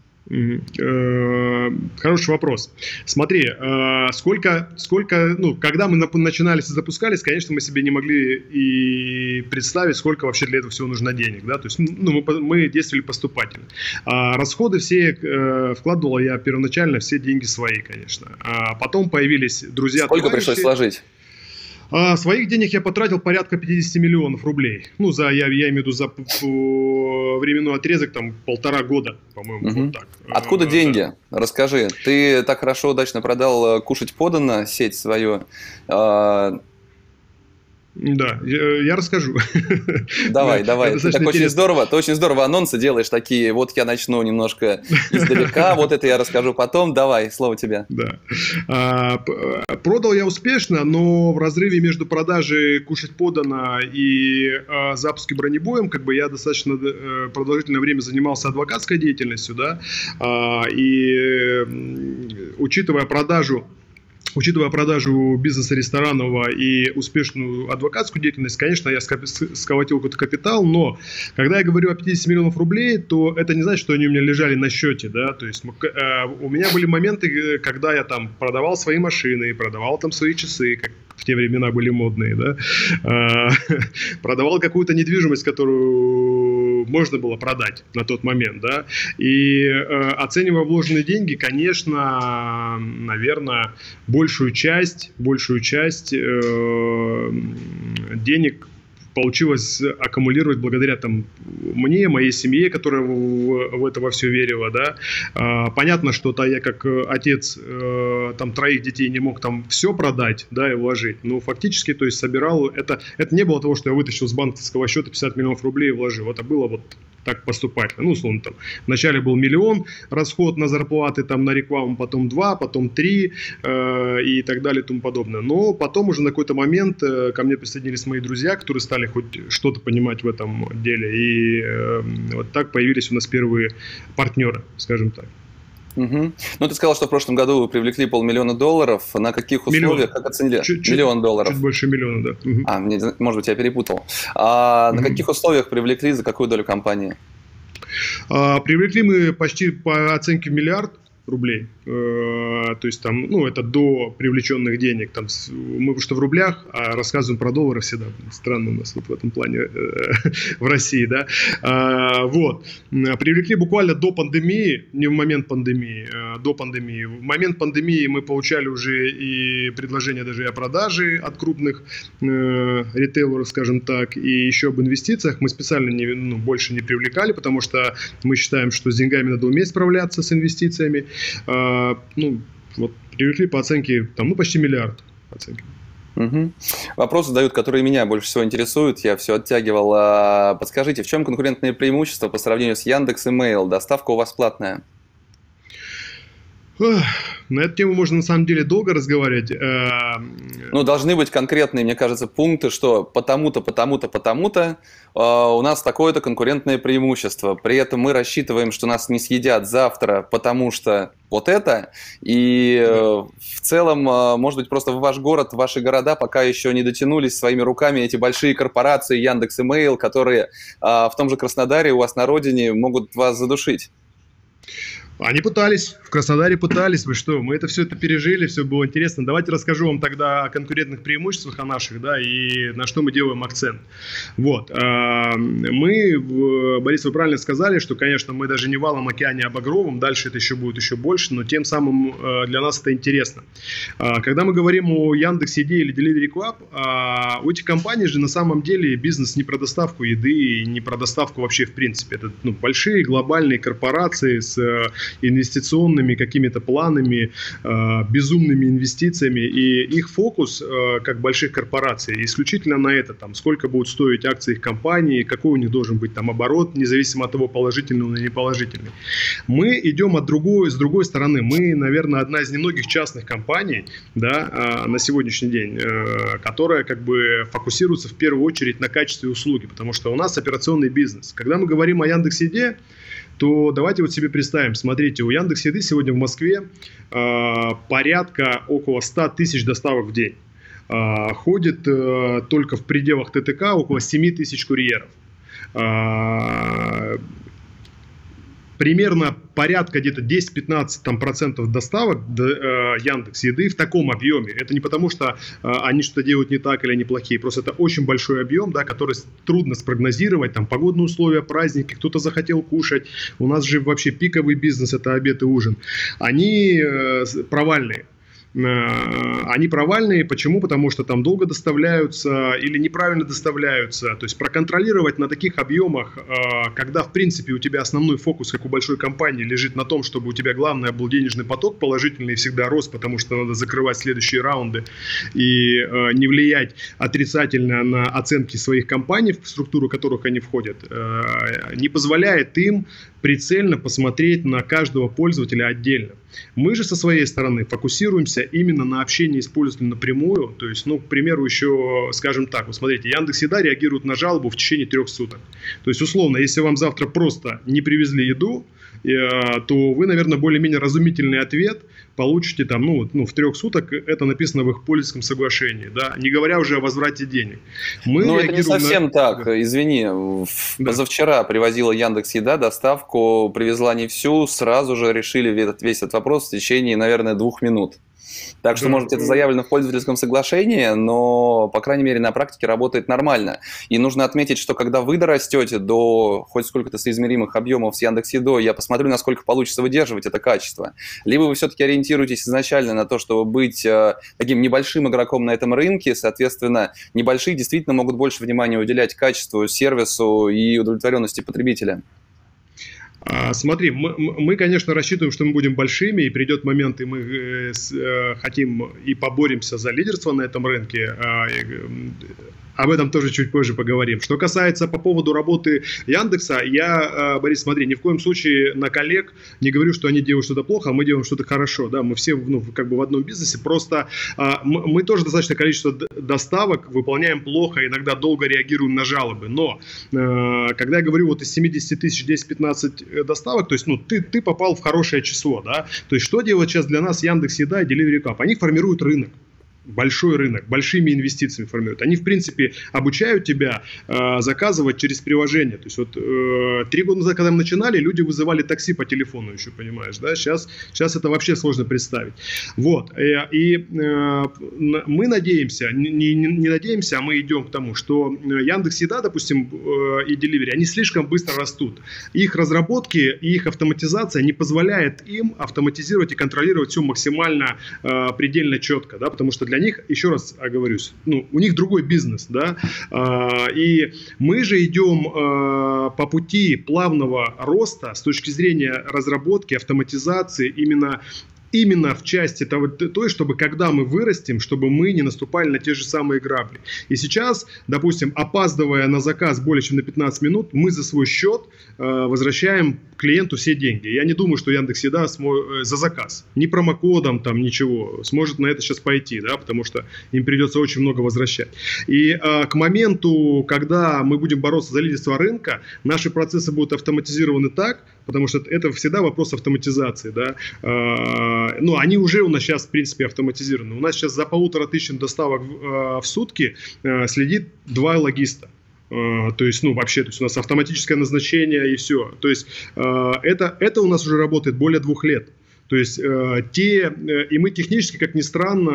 Хороший вопрос. Смотри, сколько, сколько, ну, когда мы начинали, запускались, конечно, мы себе не могли и представить, сколько вообще для этого всего нужно денег, да, то есть, ну, мы, мы действовали поступательно. А расходы все вкладывал я первоначально, все деньги свои, конечно. А потом появились друзья. Сколько пришлось сложить? А своих денег я потратил порядка пятьдесят миллионов рублей. Ну, за, я, я имею в виду за временной отрезок, там, полтора года, по-моему, угу. вот так. Откуда а, деньги? Да. Расскажи. Ты так хорошо, удачно продал «Кушать подано», сеть свою. А... Да, я, я расскажу. Давай, давай. Ты так очень здорово, ты очень здорово анонсы делаешь такие. Вот я начну немножко издалека, вот это я расскажу потом. Давай, слово тебе. Да. А, продал я успешно, но в разрыве между продажей «Кушать подано» и а, запуске бронебоем, как бы я достаточно а, продолжительное время занимался адвокатской деятельностью, да, а, и учитывая продажу учитывая продажу бизнеса ресторанного и успешную адвокатскую деятельность, конечно, я сколотил какой-то капитал, но когда я говорю о пятидесяти миллионах рублей, то это не значит, что они у меня лежали на счете, да, то есть э, у меня были моменты, когда я там продавал свои машины, продавал там свои часы, как в те времена были модные, да, э, продавал какую-то недвижимость, которую можно было продать на тот момент, да, и э, оценивая вложенные деньги, конечно, наверное, большую часть, большую часть э, денег получилось аккумулировать благодаря там, мне, моей семье, которая в, в это во все верила. Да. А, понятно, что то я как отец э, там, троих детей не мог там все продать, да, и вложить, но фактически то есть, собирал, это, это не было того, что я вытащил с банковского счета пятьдесят миллионов рублей и вложил, это было вот так поступать. Ну, условно, там, вначале был миллион расход на зарплаты, там, на рекламу, потом два, потом три э, и так далее и тому подобное. Но потом уже на какой-то момент э, ко мне присоединились мои друзья, которые стали хоть что-то понимать в этом деле. И э, вот так появились у нас первые партнеры, скажем так. Угу. Ну, ты сказал, что в прошлом году вы привлекли полмиллиона долларов. На каких условиях, миллион. Как оценили? Чуть, Миллион долларов. Чуть больше миллиона, да. Угу. А, мне, может быть, я перепутал. А угу. На каких условиях привлекли, за какую долю компании? А, привлекли мы почти по оценке миллиард рублей. То есть там, ну, это до привлеченных денег. Там, мы что в рублях, а рассказываем про доллары всегда. Странно у нас вот в этом плане в России, да. Вот. Привлекли буквально до пандемии, не в момент пандемии, до пандемии. В момент пандемии мы получали уже и предложения даже о продаже от крупных ритейлеров, скажем так, и еще об инвестициях. Мы специально не, ну, больше не привлекали, потому что мы считаем, что с деньгами надо уметь справляться с инвестициями. Ну, вот привлекли по оценке, там, ну, почти миллиард оценки. Угу. Вопросы задают, которые меня больше всего интересуют. Я все оттягивал. Подскажите, в чем конкурентное преимущество по сравнению с Яндекс.Имейл? Доставка у вас платная? На эту тему можно на самом деле долго разговаривать. Ну, должны быть конкретные, мне кажется, пункты, что потому-то, потому-то, потому-то э, у нас такое-то конкурентное преимущество. При этом мы рассчитываем, что нас не съедят завтра, потому что вот это. И э, в целом, э, может быть, просто в ваш город, в ваши города пока еще не дотянулись своими руками эти большие корпорации Яндекс.Имейл, которые э, в том же Краснодаре у вас на родине могут вас задушить. Они пытались, в Краснодаре пытались, вы что, мы это все это пережили, все было интересно. Давайте расскажу вам тогда о конкурентных преимуществах, о наших, да, и на что мы делаем акцент. Вот, мы, Борис, вы правильно сказали, что, конечно, мы даже не в Алом океане, а багровом, дальше это еще будет еще больше, но тем самым для нас это интересно. Когда мы говорим о Яндекс.Еде или Delivery Club, у этих компаний же на самом деле бизнес не про доставку еды, не про доставку вообще в принципе. Это, ну, большие глобальные корпорации с инвестиционными какими-то планами, э, безумными инвестициями, и их фокус, э, как больших корпораций, исключительно на это, там, сколько будут стоить акции их компании, какой у них должен быть там оборот, независимо от того, положительный он или неположительный. Мы идем от другой, с другой стороны. Мы, наверное, одна из немногих частных компаний, да, э, на сегодняшний день, э, которая как бы фокусируется в первую очередь на качестве услуги, потому что у нас операционный бизнес. Когда мы говорим о Яндекс.Еде, то давайте вот себе представим, смотрите, у Яндекс.Еды сегодня в Москве э, порядка около ста тысяч доставок в день. Э, ходит э, только в пределах ТТК около семь тысяч курьеров. Э, примерно порядка где-то десять-пятнадцать там, процентов доставок до, э, Яндекс.Еды в таком объеме. Это не потому, что э, они что-то делают не так или они плохие. Просто это очень большой объем, да, который трудно спрогнозировать. Там погодные условия, праздники, кто-то захотел кушать. У нас же вообще пиковый бизнес, это обед и ужин. Они э, провальные. Они провальные. Почему? Потому что там долго доставляются или неправильно доставляются. То есть проконтролировать на таких объемах, когда в принципе у тебя основной фокус, как у большой компании, лежит на том, чтобы у тебя главное был денежный поток положительный и всегда рос, потому что надо закрывать следующие раунды и не влиять отрицательно на оценки своих компаний, в структуру которых они входят, не позволяет им прицельно посмотреть на каждого пользователя отдельно. Мы же со своей стороны фокусируемся ориентируемся именно на общение с пользователем напрямую. То есть, ну, к примеру, еще, скажем так, вот смотрите, Яндекс.Еда реагирует на жалобу в течение трех суток. То есть, условно, если вам завтра просто не привезли еду, то вы, наверное, более-менее разумительный ответ получите там, ну, ну, в трех суток, это написано в их пользовательском соглашении, да, не говоря уже о возврате денег. Мы ну, это не совсем на... так, извини, да. Позавчера привозила Яндекс.Еда доставку, привезла не всю, сразу же решили весь этот вопрос в течение, наверное, двух минут. Так что, да, может, это заявлено в пользовательском соглашении, но, по крайней мере, на практике работает нормально. И нужно отметить, что когда вы дорастете до хоть сколько-то соизмеримых объемов с Яндекс.Едой, я посмотрю, насколько получится выдерживать это качество. Либо вы все-таки ориентируетесь изначально на то, чтобы быть э, таким небольшим игроком на этом рынке, соответственно, небольшие действительно могут больше внимания уделять качеству, сервису и удовлетворенности потребителя. Смотри, мы, мы, конечно, рассчитываем, что мы будем большими, и придет момент, и мы э, э, хотим и поборемся за лидерство на этом рынке. Э, об этом тоже чуть позже поговорим. Что касается по поводу работы Яндекса, я, э, Борис, смотри, ни в коем случае на коллег не говорю, что они делают что-то плохо, а мы делаем что-то хорошо. Да? Мы все, ну, как бы в одном бизнесе, просто э, мы, мы тоже достаточное количество доставок выполняем плохо, иногда долго реагируем на жалобы. Но э, когда я говорю вот из семидесяти тысяч десять-пятнадцать доставок, то есть, ну, ты, ты попал в хорошее число, да, то есть, что делает сейчас для нас Яндекс.Еда и Delivery Club? Они формируют рынок. Большой рынок, большими инвестициями формируют. Они, в принципе, обучают тебя э, заказывать через приложение. То есть, вот э, три года назад, когда мы начинали, люди вызывали такси по телефону еще, понимаешь, да? Сейчас, сейчас это вообще сложно представить. Вот. И, и э, мы надеемся, не, не, не надеемся, а мы идем к тому, что Яндекс.Еда, допустим, э, и Delivery, они слишком быстро растут. Их разработки и их автоматизация не позволяет им автоматизировать и контролировать все максимально э, предельно четко, да, потому что для них, еще раз оговорюсь, ну, у них другой бизнес, да, а, и мы же идем а, по пути плавного роста с точки зрения разработки, автоматизации, именно Именно в части того, той, чтобы когда мы вырастем, чтобы мы не наступали на те же самые грабли. И сейчас, допустим, опаздывая на заказ более чем на пятнадцать минут, мы за свой счет э, возвращаем клиенту все деньги. Я не думаю, что Яндекс.Еда смо- за заказ, ни промокодом, там, ничего, сможет на это сейчас пойти, да, потому что им придется очень много возвращать. И э, к моменту, когда мы будем бороться за лидерство рынка, наши процессы будут автоматизированы так, потому что это всегда вопрос автоматизации, да. Э, ну, они уже у нас сейчас, в принципе, автоматизированы. У нас сейчас за полутора тысячами доставок в, э, в сутки э, следит два логиста. Uh, то есть, ну, вообще, то есть у нас автоматическое назначение и все. То есть, uh, это, это у нас уже работает более двух лет. То есть, э, те, э, и мы технически, как ни странно,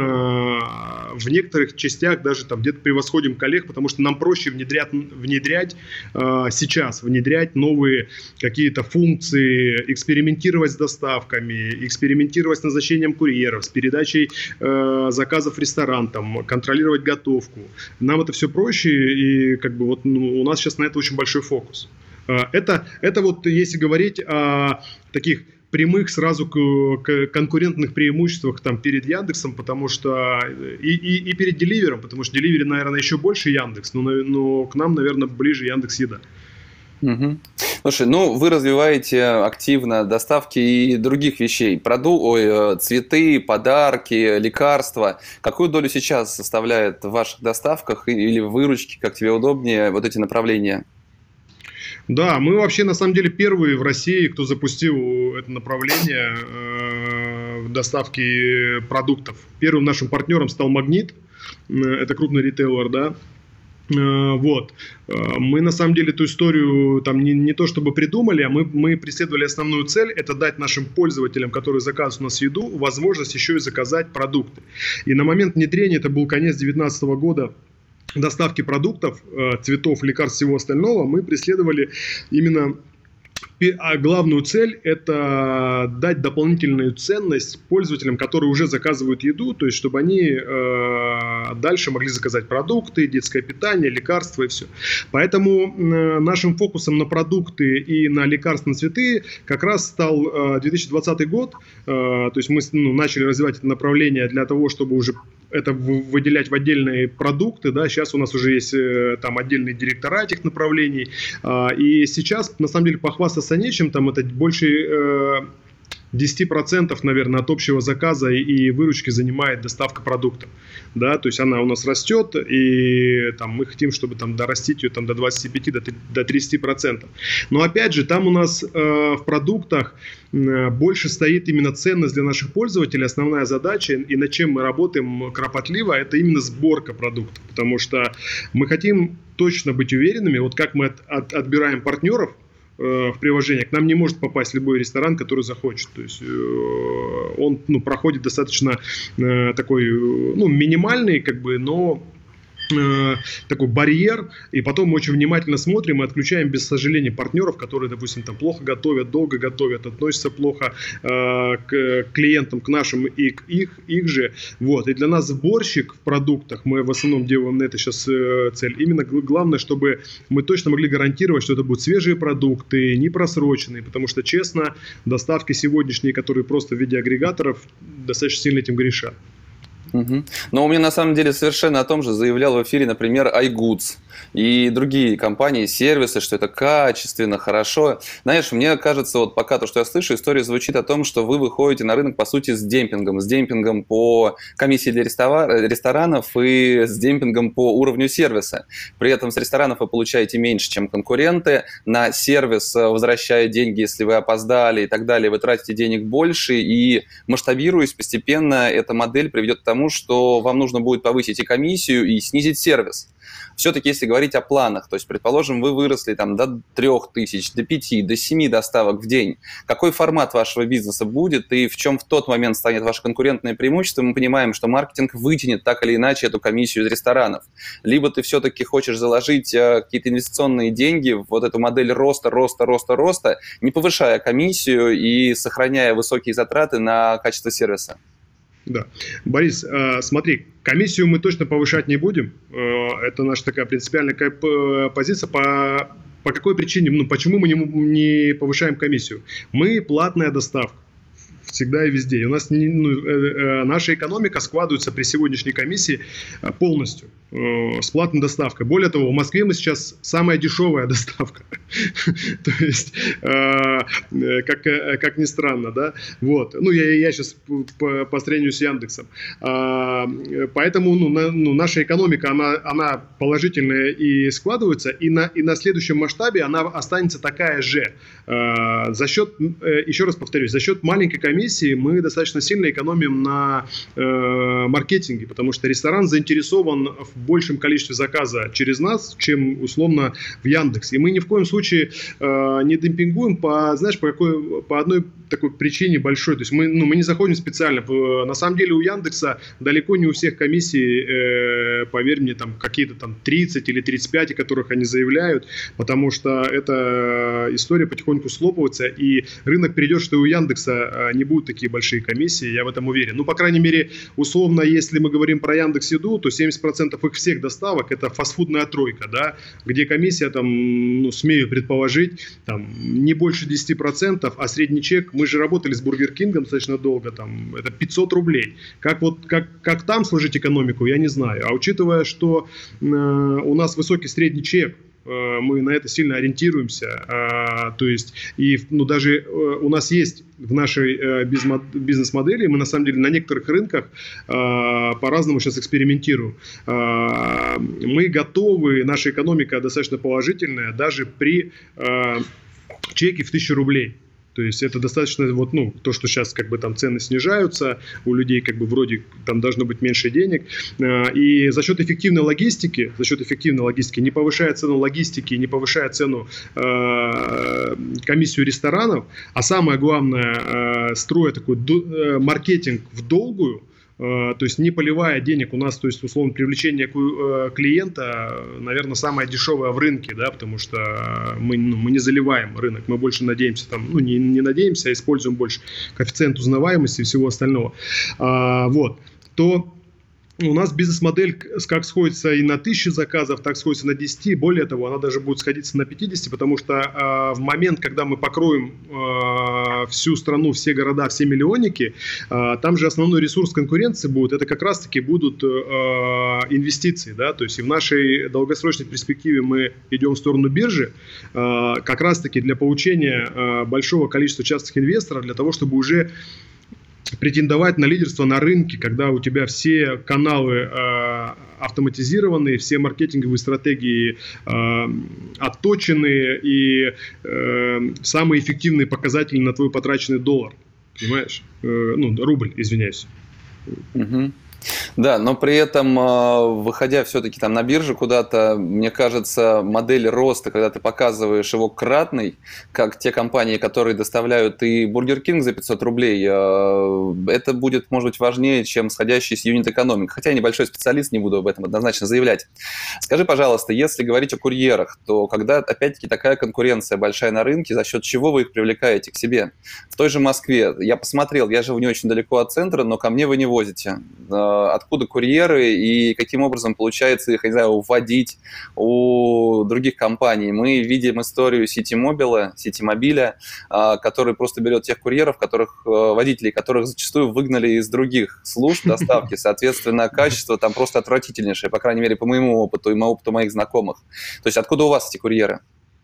э, в некоторых частях даже там где-то превосходим коллег, потому что нам проще внедрять, внедрять э, сейчас, внедрять новые какие-то функции, экспериментировать с доставками, экспериментировать с назначением курьеров, с передачей э, заказов в ресторан, там, контролировать готовку. Нам это все проще, и как бы вот, ну, у нас сейчас на это очень большой фокус. Э, это, это вот если говорить о таких прямых сразу к, к конкурентных преимуществах там перед Яндексом, потому что и, и, и перед Деливером, потому что Деливери, наверное, еще больше Яндекс, но, но к нам, наверное, ближе Яндекс.Еда. Угу. Слушай, ну вы развиваете активно доставки и других вещей, Проду... Ой, цветы, подарки, лекарства. Какую долю сейчас составляет в ваших доставках или в выручке, как тебе удобнее, вот эти направления? Да, мы вообще на самом деле первые в России, кто запустил это направление э, доставки продуктов. Первым нашим партнером стал Магнит, э, это крупный ритейлер, да. Э, вот. Мы на самом деле эту историю там не, не то чтобы придумали, а мы, мы преследовали основную цель, это дать нашим пользователям, которые заказывают у нас еду, возможность еще и заказать продукты. И на момент внедрения, это был конец две тысячи девятнадцатого года, доставки продуктов, цветов, лекарств, всего остального, мы преследовали именно а главную цель – это дать дополнительную ценность пользователям, которые уже заказывают еду, то есть чтобы они э, дальше могли заказать продукты, детское питание, лекарства и все. Поэтому э, нашим фокусом на продукты и на лекарства, на цветы как раз стал э, две тысячи двадцатый год, э, то есть мы ну, начали развивать это направление для того, чтобы уже это выделять в отдельные продукты, да, сейчас у нас уже есть э, там отдельные директора этих направлений, э, и сейчас, на самом деле, похвастаться нечем, там это больше э, десять процентов, наверное, от общего заказа и выручки занимает доставка продуктов. Да, то есть она у нас растет, и там, мы хотим, чтобы там, дорастить ее там, до двадцати пяти, до тридцати процентов. Но опять же, там у нас э, в продуктах э, больше стоит именно ценность для наших пользователей. Основная задача, и над чем мы работаем кропотливо, это именно сборка продуктов. Потому что мы хотим точно быть уверенными, вот как мы от, от, отбираем партнеров в приложение, к нам не может попасть любой ресторан, который захочет. То есть э, он ну, проходит достаточно э, такой ну, минимальный, как бы, но э, такой барьер, и потом мы очень внимательно смотрим и отключаем без сожаления партнеров, которые, допустим, там плохо готовят, долго готовят, относятся плохо э, к клиентам, к нашим и к их, их же. Вот. И для нас сборщик в продуктах, мы в основном делаем на это сейчас э, цель, именно главное, чтобы мы точно могли гарантировать, что это будут свежие продукты, не просроченные, потому что, честно, доставки сегодняшние, которые просто в виде агрегаторов, достаточно сильно этим грешат. Угу. Но у меня на самом деле совершенно о том же заявлял в эфире, например, iGoods и другие компании, сервисы, что это качественно, хорошо. Знаешь, мне кажется, вот пока то, что я слышу, история звучит о том, что вы выходите на рынок, по сути, с демпингом. С демпингом по комиссии для ресторанов и с демпингом по уровню сервиса. При этом с ресторанов вы получаете меньше, чем конкуренты. На сервис, возвращая деньги, если вы опоздали и так далее, вы тратите денег больше. И масштабируясь постепенно, эта модель приведет к тому, что вам нужно будет повысить и комиссию, и снизить сервис. Все-таки, если говорить о планах, то есть, предположим, вы выросли там, до трёх тысяч, до пяти, до семи доставок в день. Какой формат вашего бизнеса будет и в чем в тот момент станет ваше конкурентное преимущество? Мы понимаем, что маркетинг вытянет так или иначе эту комиссию из ресторанов. Либо ты все-таки хочешь заложить э, какие-то инвестиционные деньги в вот эту модель роста, роста, роста, роста, не повышая комиссию и сохраняя высокие затраты на качество сервиса. Да. Борис, смотри, комиссию мы точно повышать не будем. Это наша такая принципиальная позиция. По, по какой причине? Ну, почему мы не, не повышаем комиссию? Мы платная доставка. Всегда и везде. И у нас не, ну, э, э, наша экономика складывается при сегодняшней комиссии э, полностью э, с платной доставкой. Более того, в Москве мы сейчас самая дешевая доставка. То есть, как ни странно, да. Вот. Ну, я сейчас по сравнению с Яндексом. Поэтому ну наша экономика, она положительная и складывается, и на следующем масштабе она останется такая же. За счет, еще раз повторюсь, за счет маленькой комиссии мы достаточно сильно экономим на э, маркетинге, потому что ресторан заинтересован в большем количестве заказа через нас, чем условно в Яндексе. И мы ни в коем случае э, не демпингуем по, знаешь, по, какой, по одной такой причине большой. То есть мы, ну, мы не заходим специально. На самом деле у Яндекса далеко не у всех комиссий, э, поверь мне, там какие-то там тридцать или тридцать пять, о которых они заявляют, потому что эта история потихоньку слопывается, и рынок перейдет, что и у Яндекса не будут такие большие комиссии, я в этом уверен. Ну, по крайней мере, условно, если мы говорим про Яндекс.Еду, то семьдесят процентов их всех доставок это фастфудная тройка, да, где комиссия, там, ну, смею предположить, там, не больше десять процентов, а средний чек, мы же работали с Бургер Кингом достаточно долго, там, это пятьсот рублей. Как, вот, как, как там сложить экономику, я не знаю. А учитывая, что э, у нас высокий средний чек, мы на это сильно ориентируемся, а, то есть и ну, даже а, у нас есть в нашей а, бизнес-модели, мы на самом деле на некоторых рынках а, по-разному сейчас экспериментируем. А, мы готовы, наша экономика достаточно положительная даже при а, чеке в тысячу рублей. То есть это достаточно, вот, ну, то, что сейчас как бы там цены снижаются, у людей как бы вроде там должно быть меньше денег. И за счет эффективной логистики, за счет эффективной логистики, не повышая цену логистики, не повышая цену э, комиссию ресторанов, а самое главное, э, строя такой э, маркетинг в долгую, то есть не поливая денег у нас, то есть условно привлечение клиента, наверное, самое дешевое в рынке, да, потому что мы, ну, мы не заливаем рынок, мы больше надеемся, там, ну не, не надеемся, а используем больше коэффициент узнаваемости и всего остального, а, вот, то у нас бизнес-модель как сходится и на тысячу заказов, так сходится на десять. Более того, она даже будет сходиться на пятьдесят, потому что э, в момент, когда мы покроем э, всю страну, все города, все миллионники, э, там же основной ресурс конкуренции будет, это как раз-таки будут э, инвестиции. Да? То есть и в нашей долгосрочной перспективе мы идем в сторону биржи, э, как раз-таки для получения э, большого количества частных инвесторов, для того, чтобы уже претендовать на лидерство на рынке, когда у тебя все каналы э, автоматизированы, все маркетинговые стратегии э, отточены и э, самые эффективные показатели на твой потраченный доллар, понимаешь? Э, ну, рубль, извиняюсь. Угу. Да, но при этом, выходя все-таки там на биржу куда-то, мне кажется, модель роста, когда ты показываешь его кратный, как те компании, которые доставляют и Burger King за пятьсот рублей, это будет, может быть, важнее, чем сходящий с юнит-экономик. Хотя я небольшой специалист, не буду об этом однозначно заявлять. Скажи, пожалуйста, если говорить о курьерах, то когда, опять-таки, такая конкуренция большая на рынке, за счет чего вы их привлекаете к себе? В той же Москве, я посмотрел, я живу не очень далеко от центра, но ко мне вы не возите. Откуда курьеры и каким образом получается их, не знаю, вводить у других компаний. Мы видим историю Ситимобила, Ситимобиля, который просто берет тех курьеров, которых, водителей, которых зачастую выгнали из других служб доставки. Соответственно, качество там просто отвратительнейшее, по крайней мере, по моему опыту и опыту моих знакомых. То есть откуда у вас эти курьеры?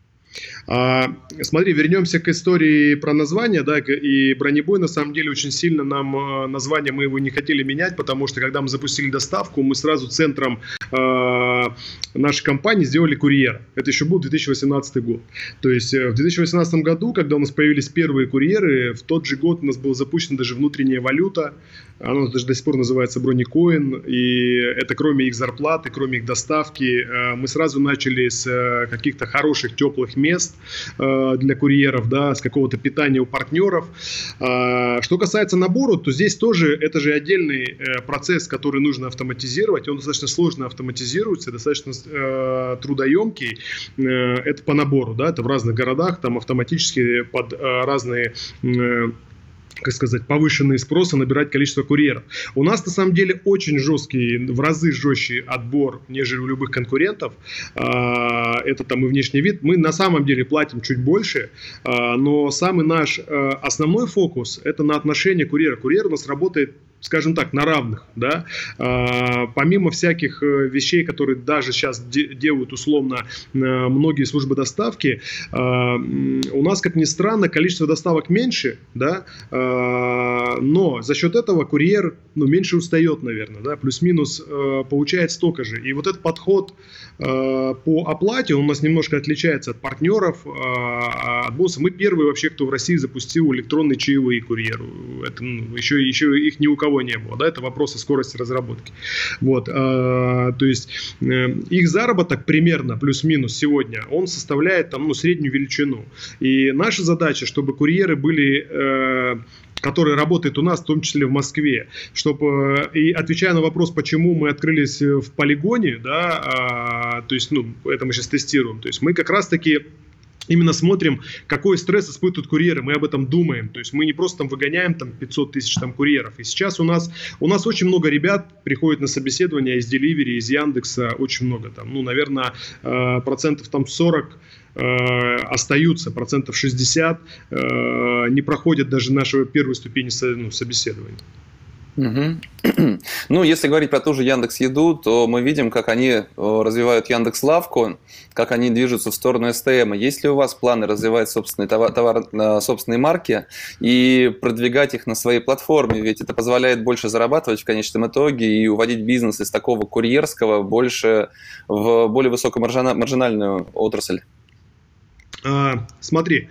А, смотри, вернемся к истории про название, да, и бронебой, на самом деле, очень сильно нам название, мы его не хотели менять, потому что, когда мы запустили доставку, мы сразу центром э, нашей компании сделали курьер. Это еще был две тысячи восемнадцатый год. То есть, в две тысячи восемнадцатом году, когда у нас появились первые курьеры, в тот же год у нас была запущена даже внутренняя валюта, она даже до сих пор называется бронекоин, и это кроме их зарплаты, кроме их доставки, э, мы сразу начали с э, каких-то хороших, теплых мест э, для курьеров, да, с какого-то питания у партнеров. Э, что касается набора, то здесь тоже это же отдельный э, процесс, который нужно автоматизировать. Он достаточно сложно автоматизируется, достаточно э, трудоемкий. Э, это по набору, да, это в разных городах, там автоматически под э, разные... Э, как сказать, повышенные спросы набирать количество курьеров. У нас на самом деле очень жесткий, в разы жестче отбор, нежели у любых конкурентов. Это там и внешний вид. Мы на самом деле платим чуть больше, но самый наш основной фокус это на отношение курьера. Курьер у нас работает, скажем так, на равных, да, а, помимо всяких вещей, которые даже сейчас де- делают условно многие службы доставки, а, у нас, как ни странно, количество доставок меньше, да, а, но за счет этого курьер, ну, меньше устает, наверное, да, плюс-минус а, получает столько же. И вот этот подход а, по оплате, он у нас немножко отличается от партнеров, а, от босса. Мы первые вообще, кто в России запустил электронные чаевые курьеру. Это, ну, еще, еще их ни у кого не было, да, это вопрос о скорости разработки. Вот, э, то есть э, их заработок примерно плюс-минус сегодня, он составляет там, ну, среднюю величину. И наша задача, чтобы курьеры были, э, которые работают у нас, в том числе в Москве, чтобы, и отвечая на вопрос, почему мы открылись в полигоне, да, э, то есть, ну, это мы сейчас тестируем, то есть мы как раз-таки именно смотрим, какой стресс испытывают курьеры, мы об этом думаем. То есть мы не просто там выгоняем там, пятьсот тысяч там, курьеров. И сейчас у нас, у нас очень много ребят приходят на собеседование из Delivery, из Яндекса, очень много там. Ну, наверное, процентов там сорок остаются, процентов шестьдесят не проходят даже нашего первой ступени ну, собеседования. Угу. Ну, если говорить про ту же Яндекс.Еду, то мы видим, как они развивают Яндекс.Лавку, как они движутся в сторону эс тэ эм. Есть ли у вас планы развивать собственные товар, товар, собственные марки и продвигать их на своей платформе? Ведь это позволяет больше зарабатывать в конечном итоге и уводить бизнес из такого курьерского больше в более высокомаржинальную отрасль. А, смотри,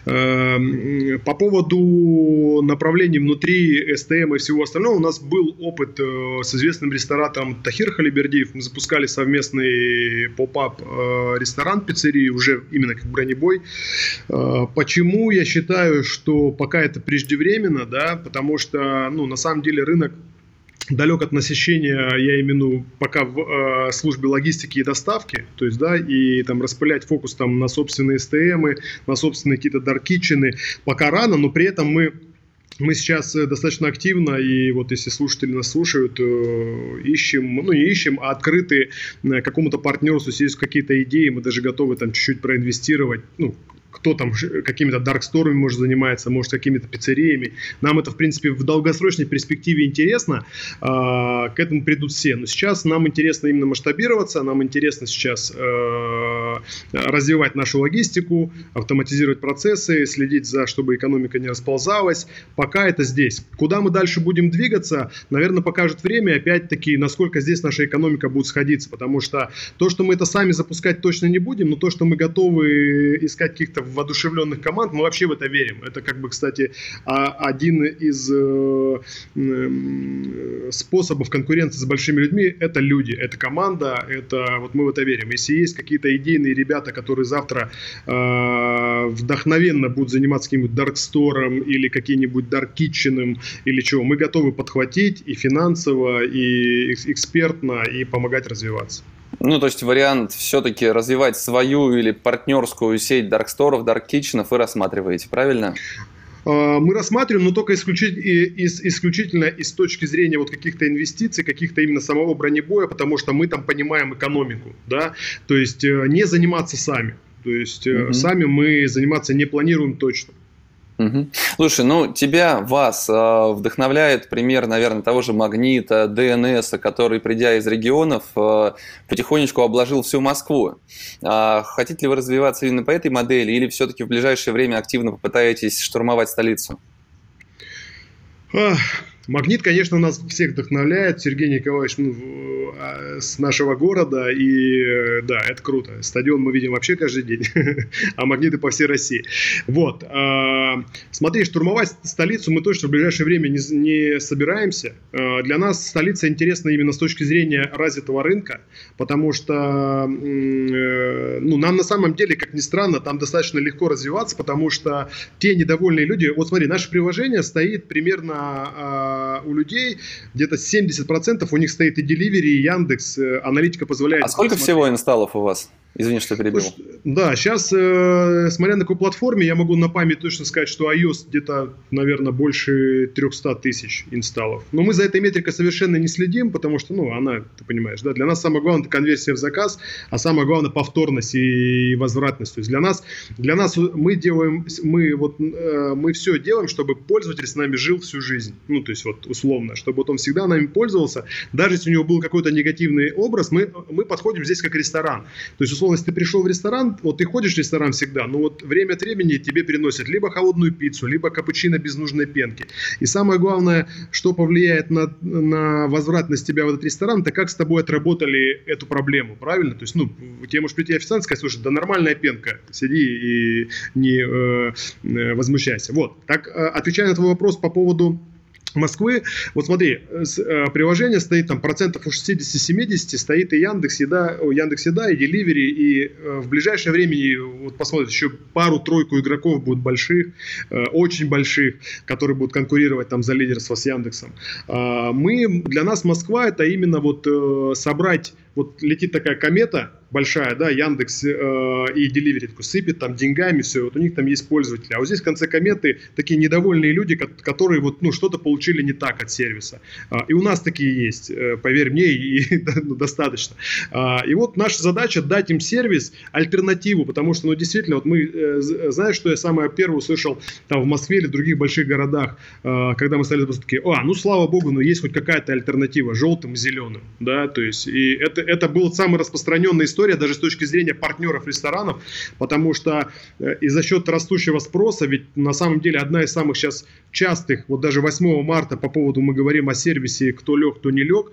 э, по поводу направлений внутри эс тэ эм и всего остального, у нас был опыт э, с известным ресторатором Тахир Халибердиев. Мы запускали совместный поп-ап э, ресторан, пиццерии, уже именно как бронебой. Э, почему я считаю, что пока это преждевременно, да, потому что, ну, на самом деле рынок далек от насыщения, я имею пока в э, службе логистики и доставки, то есть, да, и там распылять фокус там на собственные эс тэ эм, на собственные какие-то даркитчены, пока рано, но при этом мы Мы сейчас достаточно активно, и вот если слушатели нас слушают, ищем, ну не ищем, а открыты к какому-то партнерству, если есть какие-то идеи, мы даже готовы там чуть-чуть проинвестировать, ну, кто там какими-то дарксторами может заниматься, может какими-то пиццериями. Нам это, в принципе, в долгосрочной перспективе интересно, к этому придут все. Но сейчас нам интересно именно масштабироваться, нам интересно сейчас развивать нашу логистику, автоматизировать процессы, следить за, чтобы экономика не расползалась. Пока это здесь. Куда мы дальше будем двигаться, наверное, покажет время, опять-таки, насколько здесь наша экономика будет сходиться, потому что то, что мы это сами запускать точно не будем, но то, что мы готовы искать каких-то воодушевленных команд, мы вообще в это верим. Это, как бы, кстати, один из способов конкуренции с большими людьми – это люди, это команда, это вот мы в это верим. Если есть какие-то идейные ребята, которые завтра э, вдохновенно будут заниматься каким-нибудь даркстором или каким-нибудь дарккитченом или чего, мы готовы подхватить и финансово, и экспертно, и помогать развиваться. Ну, то есть вариант все-таки развивать свою или партнерскую сеть дарксторов, дарккитченов вы рассматриваете, правильно? Мы рассматриваем, но только исключительно, исключительно из точки зрения вот каких-то инвестиций, каких-то именно самого бронебоя, потому что мы там понимаем экономику, да, то есть не заниматься сами, то есть угу. сами мы заниматься не планируем точно. Угу. Слушай, ну тебя, вас э, вдохновляет пример, наверное, того же Магнита, ДНС, который, придя из регионов, э, потихонечку обложил всю Москву. Э, хотите ли вы развиваться именно по этой модели или все-таки в ближайшее время активно попытаетесь штурмовать столицу? Магнит, конечно, нас всех вдохновляет. Сергей Николаевич, ну, с нашего города, и да, это круто. Стадион мы видим вообще каждый день, а магниты по всей России. Вот. Смотри, штурмовать столицу мы точно в ближайшее время не, не собираемся. Для нас столица интересна именно с точки зрения развитого рынка, потому что ну, нам на самом деле, как ни странно, там достаточно легко развиваться, потому что те недовольные люди... Вот смотри, наше приложение стоит примерно... у людей где-то семьдесят процентов у них стоит и Delivery, и Яндекс. Аналитика позволяет... А сколько всего инсталлов у вас? Извини, что перебил. Да, сейчас, э, смотря на какой платформе, я могу на память точно сказать, что iOS где-то, наверное, больше триста тысяч инсталлов. Но мы за этой метрикой совершенно не следим, потому что, ну, она, ты понимаешь, да, для нас самое главное – это конверсия в заказ, а самое главное – повторность и возвратность. То есть для нас, для нас мы делаем, мы, вот, э, мы все делаем, чтобы пользователь с нами жил всю жизнь. Ну, то есть вот условно, чтобы вот он всегда нами пользовался. Даже если у него был какой-то негативный образ, мы, мы подходим здесь как ресторан. То есть, условно, если ты пришел в ресторан, вот ты ходишь в ресторан всегда, но вот время от времени тебе приносят либо холодную пиццу, либо капучино без нужной пенки. И самое главное, что повлияет на, на возвратность тебя в этот ресторан, это как с тобой отработали эту проблему, правильно? То есть, ну, тебе может прийти официант и сказать: слушай, да нормальная пенка, сиди и не э, э, возмущайся. Вот, так, э, отвечая на твой вопрос по поводу Москвы, вот смотри, приложение стоит там процентов у шестьдесят-семьдесят, стоит и Яндекс Еда, Яндекс Еда, и Delivery, и в ближайшее время, вот посмотрите, еще пару-тройку игроков будут больших, очень больших, которые будут конкурировать там за лидерство с Яндексом. Мы, для нас Москва это именно вот собрать, вот летит такая комета большая, да, Яндекс э, и Delivery такой сыпет там деньгами, все, вот у них там есть пользователи. А вот здесь в конце кометы такие недовольные люди, которые вот, ну, что-то получили не так от сервиса. А, и у нас такие есть, э, поверь мне, и, и ну, достаточно. А, и вот наша задача дать им сервис, альтернативу, потому что, ну, действительно, вот мы, э, знаешь, что я самое первое услышал там в Москве или в других больших городах, э, когда мы стали такие: а, ну, слава богу, ну, есть хоть какая-то альтернатива желтым и зеленым, да, то есть, и это, это был самый распространенный история, даже с точки зрения партнеров ресторанов, потому что э, и за счет растущего спроса, ведь на самом деле одна из самых сейчас частых, вот даже восьмого марта по поводу, мы говорим о сервисе, кто лег, кто не лег,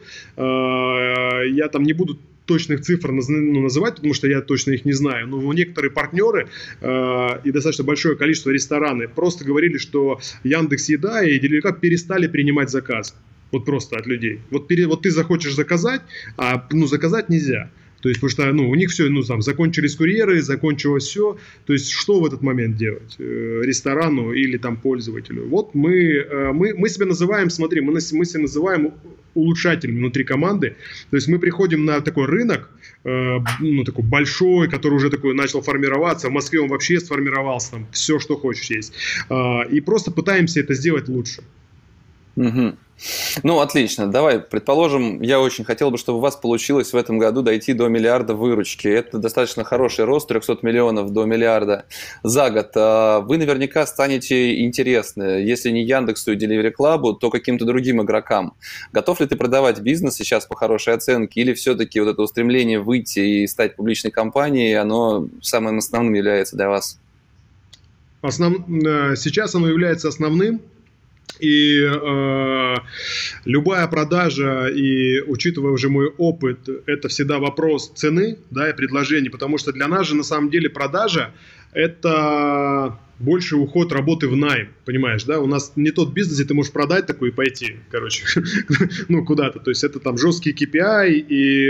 э, я там не буду точных цифр наз, ну, называть, потому что я точно их не знаю, но некоторые партнеры э, и достаточно большое количество ресторанов просто говорили, что Яндекс.Еда и Delivery перестали принимать заказ. Вот просто от людей. Вот, пере, вот ты захочешь заказать, а ну, заказать нельзя. То есть, потому что ну, у них все, ну, там, закончились курьеры, закончилось все. То есть, что в этот момент делать? Э, ресторану или там пользователю? Вот мы, э, мы, мы себя называем, смотри, мы, мы себя называем улучшателями внутри команды. То есть мы приходим на такой рынок, э, ну, такой большой, который уже такой начал формироваться. В Москве он вообще сформировался, там все, что хочешь есть. Э, и просто пытаемся это сделать лучше. Угу. Ну, отлично. Давай, предположим, я очень хотел бы, чтобы у вас получилось в этом году дойти до миллиарда выручки. Это достаточно хороший рост, триста миллионов до миллиарда за год. Вы наверняка станете интересны, если не Яндексу и Delivery Club, то каким-то другим игрокам. Готов ли ты продавать бизнес сейчас по хорошей оценке, или все-таки вот это устремление выйти и стать публичной компанией, оно самым основным является для вас? Основ... Сейчас оно является основным. И э, любая продажа, и учитывая уже мой опыт, это всегда вопрос цены, да, и предложений, потому что для нас же на самом деле продажа – это больше уход работы в найм, понимаешь, да, у нас не тот бизнес, где ты можешь продать такой и пойти, короче, ну, куда-то, то есть это там жесткие кей пи ай и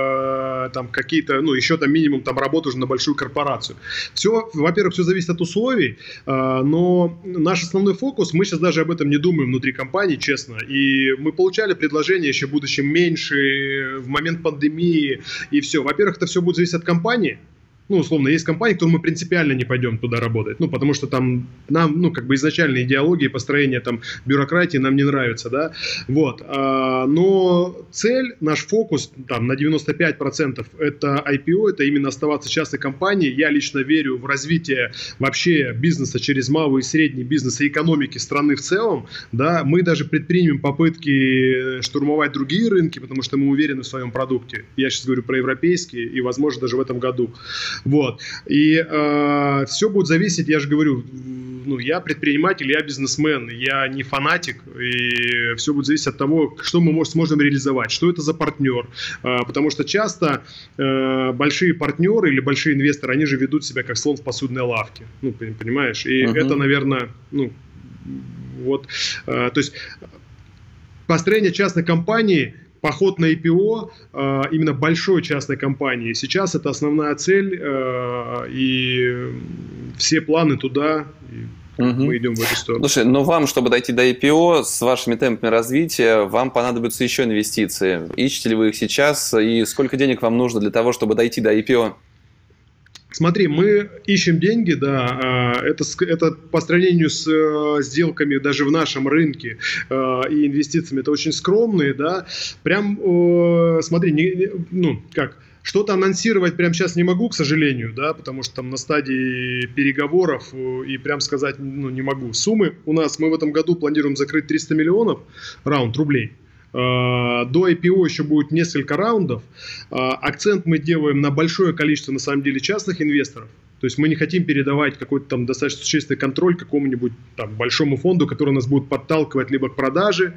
э, там какие-то, ну, еще там минимум там работа уже на большую корпорацию. Все, во-первых, все зависит от условий, э, но наш основной фокус, мы сейчас даже об этом не думаем внутри компании, честно, и мы получали предложения еще в будущем меньше, в момент пандемии, и все. Во-первых, это все будет зависеть от компании. Ну, условно, есть компании, которые мы принципиально не пойдем туда работать, ну, потому что там нам, ну, как бы изначально идеология построения там бюрократии нам не нравится, да, вот, а, но цель, наш фокус там на девяносто пять процентов это ай пи о, это именно оставаться частной компанией. Я лично верю в развитие вообще бизнеса через малый и средний бизнес и экономики страны в целом, да, мы даже предпримем попытки штурмовать другие рынки, потому что мы уверены в своем продукте, я сейчас говорю про европейские и, возможно, даже в этом году. Вот. И э, все будет зависеть, я же говорю, ну, я предприниматель, я бизнесмен, я не фанатик, и все будет зависеть от того, что мы может, сможем реализовать, что это за партнер, э, потому что часто э, большие партнеры или большие инвесторы, они же ведут себя как слон в посудной лавке, ну, понимаешь, и uh-huh. это, наверное, ну, вот, э, то есть построение частной компании, поход на ай пи о э, именно большой частной компании. Сейчас это основная цель, э, и все планы туда, и угу. мы идем в эту сторону. Слушай, но вам, чтобы дойти до ай пи о, с вашими темпами развития, вам понадобятся еще инвестиции. Ищете ли вы их сейчас, и сколько денег вам нужно для того, чтобы дойти до ай пи о? Смотри, мы ищем деньги, да, это, это по сравнению с сделками даже в нашем рынке и инвестициями, это очень скромные, да, прям, смотри, не, ну, как, что-то анонсировать прямо сейчас не могу, к сожалению, да, потому что там на стадии переговоров и прям сказать, ну, не могу. Суммы у нас, мы в этом году планируем закрыть триста миллионов раунд рублей. До ай пи о еще будет несколько раундов. Акцент мы делаем на большое количество, на самом деле, частных инвесторов. То есть мы не хотим передавать какой-то там достаточно существенный контроль какому-нибудь там большому фонду, который нас будет подталкивать либо к продаже,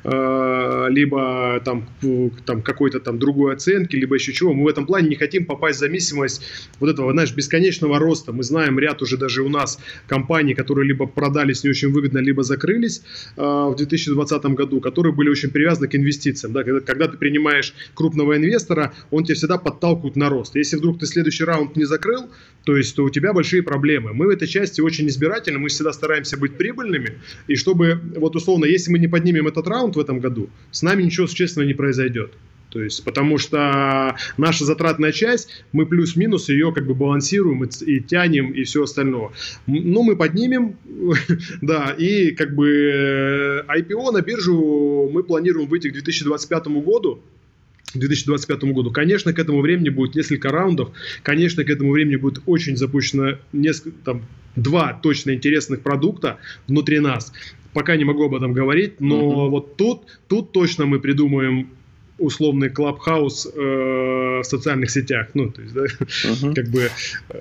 э, либо там, к, там какой-то там другой оценке, либо еще чего. Мы в этом плане не хотим попасть в зависимость вот этого, знаешь, бесконечного роста. Мы знаем ряд уже даже у нас компаний, которые либо продались не очень выгодно, либо закрылись э, в две тысячи двадцатом году, которые были очень привязаны к инвестициям. Да? Когда, когда ты принимаешь крупного инвестора, он тебя всегда подталкивает на рост. Если вдруг ты следующий раунд не закрыл, то есть то у тебя большие проблемы. Мы в этой части очень избирательны, мы всегда стараемся быть прибыльными, и чтобы, вот условно, если мы не поднимем этот раунд в этом году, с нами ничего существенного не произойдет. То есть, потому что наша затратная часть, мы плюс-минус ее как бы балансируем и, и тянем, и все остальное. Ну, мы поднимем, да, и как бы ай пи о на биржу мы планируем выйти к две тысячи двадцать пятому году, к две тысячи двадцать пятому году. Конечно, к этому времени будет несколько раундов. Конечно, к этому времени будет очень запущено несколько, там, два точно интересных продукта внутри нас. Пока не могу об этом говорить, но uh-huh. вот тут, тут точно мы придумаем условный клабхаус э, в социальных сетях. Ну, то есть, да, uh-huh. как бы...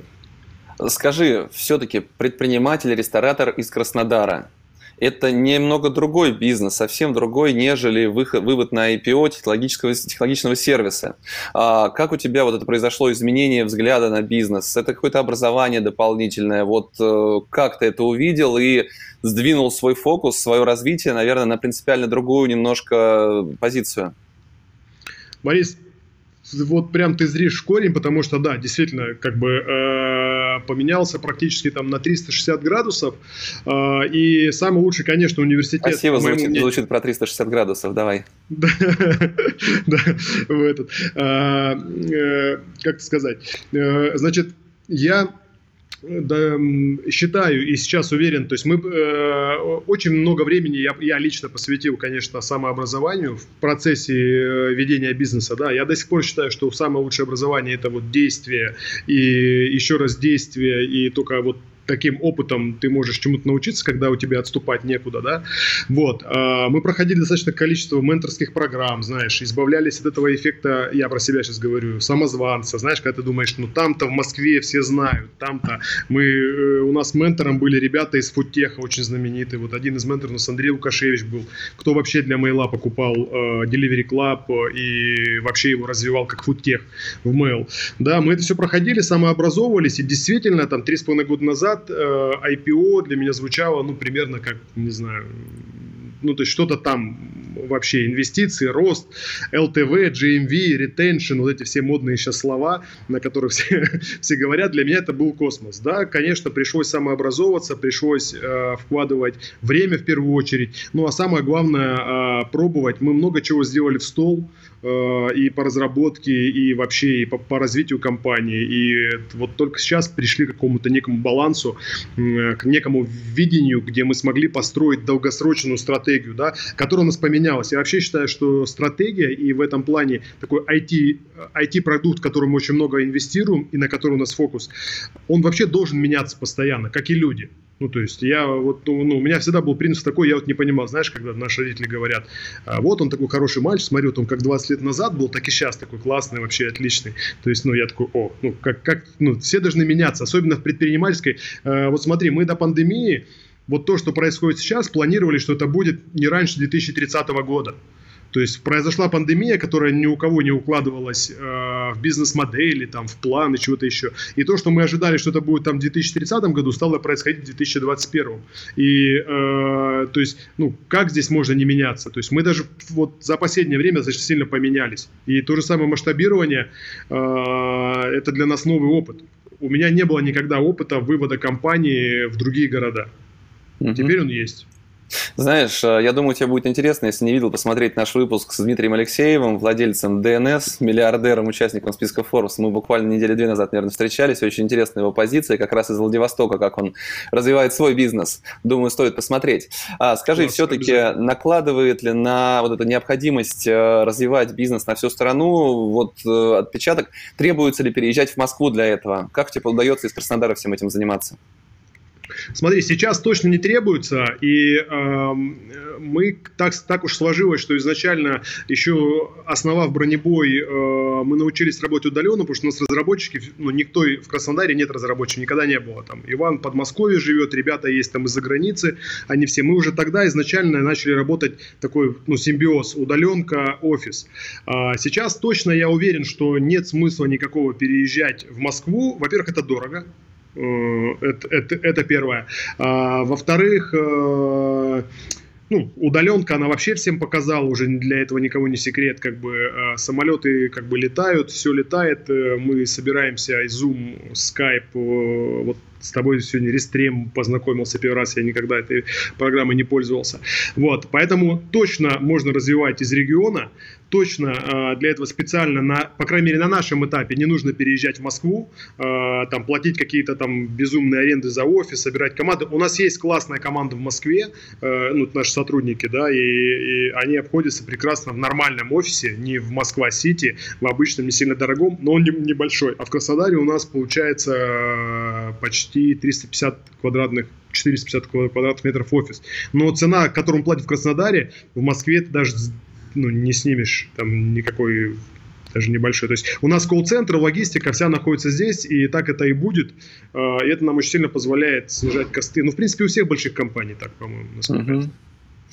Скажи, все-таки предприниматель, ресторатор из Краснодара. Это немного другой бизнес, совсем другой, нежели выход, вывод на ай пи о технологического, технологичного сервиса. А как у тебя вот это произошло изменение взгляда на бизнес? Это какое-то образование дополнительное? Вот как ты это увидел и сдвинул свой фокус, свое развитие, наверное, на принципиально другую немножко позицию? Борис, вот прям ты зришь корень, потому что, да, действительно, как бы э, поменялся практически там на триста шестьдесят градусов. И самый лучший, конечно, университет. Красиво звучит, звучит про триста шестьдесят градусов, давай. Да, в этот, как сказать, значит, я да, считаю и сейчас уверен, то есть мы э, очень много времени я, я лично посвятил, конечно, самообразованию в процессе э, ведения бизнеса, да, я до сих пор считаю, что самое лучшее образование это вот действие и еще раз действие и только вот таким опытом ты можешь чему-то научиться, когда у тебя отступать некуда, да, вот, мы проходили достаточное количество менторских программ, знаешь, избавлялись от этого эффекта, я про себя сейчас говорю, самозванца, знаешь, когда ты думаешь, ну, там-то в Москве все знают, там-то мы, у нас ментором были ребята из фудтеха, очень знаменитые, вот один из менторов у нас Андрей Лукашевич был, кто вообще для Мейла покупал э, Delivery Club и вообще его развивал как фудтех в Mail, да, мы это все проходили, самообразовывались, и действительно, там, три с половиной года назад ай пи о для меня звучало, ну, примерно как, не знаю, ну, то есть что-то там вообще, инвестиции, рост, эл ти ви, джи эм ви, retention, вот эти все модные сейчас слова, на которых все, все говорят, для меня это был космос. Да, конечно, пришлось самообразовываться, пришлось э, вкладывать время в первую очередь, ну, а самое главное, э, пробовать. Мы много чего сделали в стол, э, и по разработке, и вообще и по, по развитию компании, и вот только сейчас пришли к какому-то некому балансу, э, к некому видению, где мы смогли построить долгосрочную стратегию, да, которая у нас поменялась. Я вообще считаю, что стратегия и в этом плане такой ай ти, ай ти-продукт, в который мы очень много инвестируем и на который у нас фокус, он вообще должен меняться постоянно, как и люди. Ну, то есть, я вот, ну, у меня всегда был принцип такой, я вот не понимал, знаешь, когда наши родители говорят, вот он такой хороший мальчик, смотри, вот он как двадцать лет назад был, так и сейчас такой классный, вообще отличный. То есть, ну, я такой, о, ну, как, как, ну, все должны меняться, особенно в предпринимательской. Вот смотри, мы до пандемии, вот то, что происходит сейчас, планировали, что это будет не раньше две тысячи тридцатого года. То есть произошла пандемия, которая ни у кого не укладывалась э, в бизнес-модели, там, в планы, чего-то еще. И то, что мы ожидали, что это будет там в две тысячи тридцатом году, стало происходить в две тысячи двадцать первом. И, э, то есть, ну, как здесь можно не меняться? То есть мы даже вот за последнее время достаточно сильно поменялись. И то же самое масштабирование, э, это для нас новый опыт. У меня не было никогда опыта вывода компании в другие города. Угу. Теперь он есть. Знаешь, я думаю, тебе будет интересно, если не видел, посмотреть наш выпуск с Дмитрием Алексеевым, владельцем ди эн эс, миллиардером, участником списка Forbes. Мы буквально недели две назад, наверное, встречались. Очень интересная его позиция, как раз из Владивостока, как он развивает свой бизнес. Думаю, стоит посмотреть. А, скажи, да, все-таки накладывает ли на вот эту необходимость развивать бизнес на всю страну вот отпечаток? Требуется ли переезжать в Москву для этого? Как тебе удается из Краснодара всем этим заниматься? Смотри, сейчас точно не требуется, и э, мы так, так уж сложилось, что изначально, еще основав бронебой, э, мы научились работать удаленно, потому что у нас разработчики, ну, никто в Краснодаре нет разработчиков, никогда не было. Там Иван в Подмосковье живет, ребята есть там из-за границы, они все. Мы уже тогда изначально начали работать такой, ну, симбиоз, удаленка, офис. А сейчас точно я уверен, что нет смысла никакого переезжать в Москву. Во-первых, это дорого. Это, это, это первое. А, во-вторых, э, ну, удаленка, она вообще всем показала, уже для этого никого не секрет, как бы э, самолеты как бы летают, все летает, э, мы собираемся, Zoom, Skype, э, вот с тобой сегодня Рестрем познакомился первый раз, я никогда этой программой не пользовался. Вот, поэтому точно можно развивать из региона, точно э, для этого специально, на, по крайней мере на нашем этапе, не нужно переезжать в Москву, э, там платить какие-то там безумные аренды за офис, собирать команды. У нас есть классная команда в Москве, э, ну, наши сотрудники, да, и, и они обходятся прекрасно в нормальном офисе, не в Москва-Сити, в обычном, не сильно дорогом, но он не, небольшой. А в Краснодаре у нас получается э, почти триста пятьдесят квадратных, четыреста пятьдесят квадратных метров офис. Но цена, которую он платит в Краснодаре, в Москве ты даже, ну, не снимешь там никакой, даже небольшой. То есть у нас колл-центр, логистика вся находится здесь, и так это и будет. И это нам очень сильно позволяет снижать косты. Ну, в принципе, у всех больших компаний так, по-моему, насколько. Uh-huh.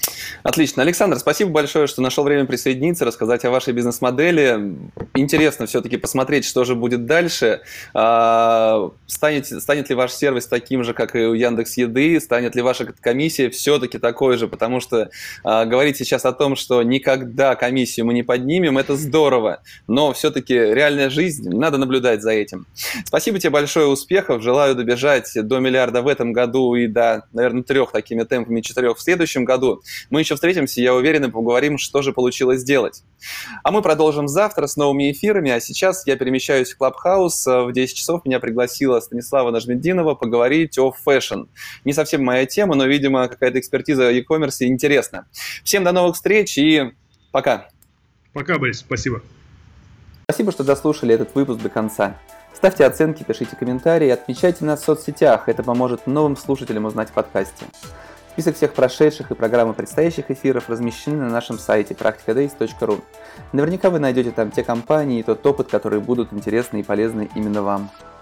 Отлично. Александр, спасибо большое, что нашел время присоединиться, рассказать о вашей бизнес-модели. Интересно все-таки посмотреть, что же будет дальше. Станет, станет ли ваш сервис таким же, как и у Яндекс.Еды? Станет ли ваша комиссия все-таки такой же? Потому что говорить сейчас о том, что никогда комиссию мы не поднимем, это здорово. Но все-таки реальная жизнь, надо наблюдать за этим. Спасибо тебе большое, успехов. Желаю добежать до миллиарда в этом году и до, наверное, трех такими темпами, четырех в следующем году. Мы еще встретимся, я уверен, и поговорим, что же получилось сделать. А мы продолжим завтра с новыми эфирами, а сейчас я перемещаюсь в Клабхаус. В десять часов меня пригласила Станислава Нажметдинова поговорить о фэшн. Не совсем моя тема, но, видимо, какая-то экспертиза e-commerce интересна. Всем до новых встреч и пока. Пока, Борис, спасибо. Спасибо, что дослушали этот выпуск до конца. Ставьте оценки, пишите комментарии, отмечайте нас в соцсетях, это поможет новым слушателям узнать в подкасте. Список всех прошедших и программы предстоящих эфиров размещены на нашем сайте практика дейс точка ру. Наверняка вы найдете там те компании и тот опыт, которые будут интересны и полезны именно вам.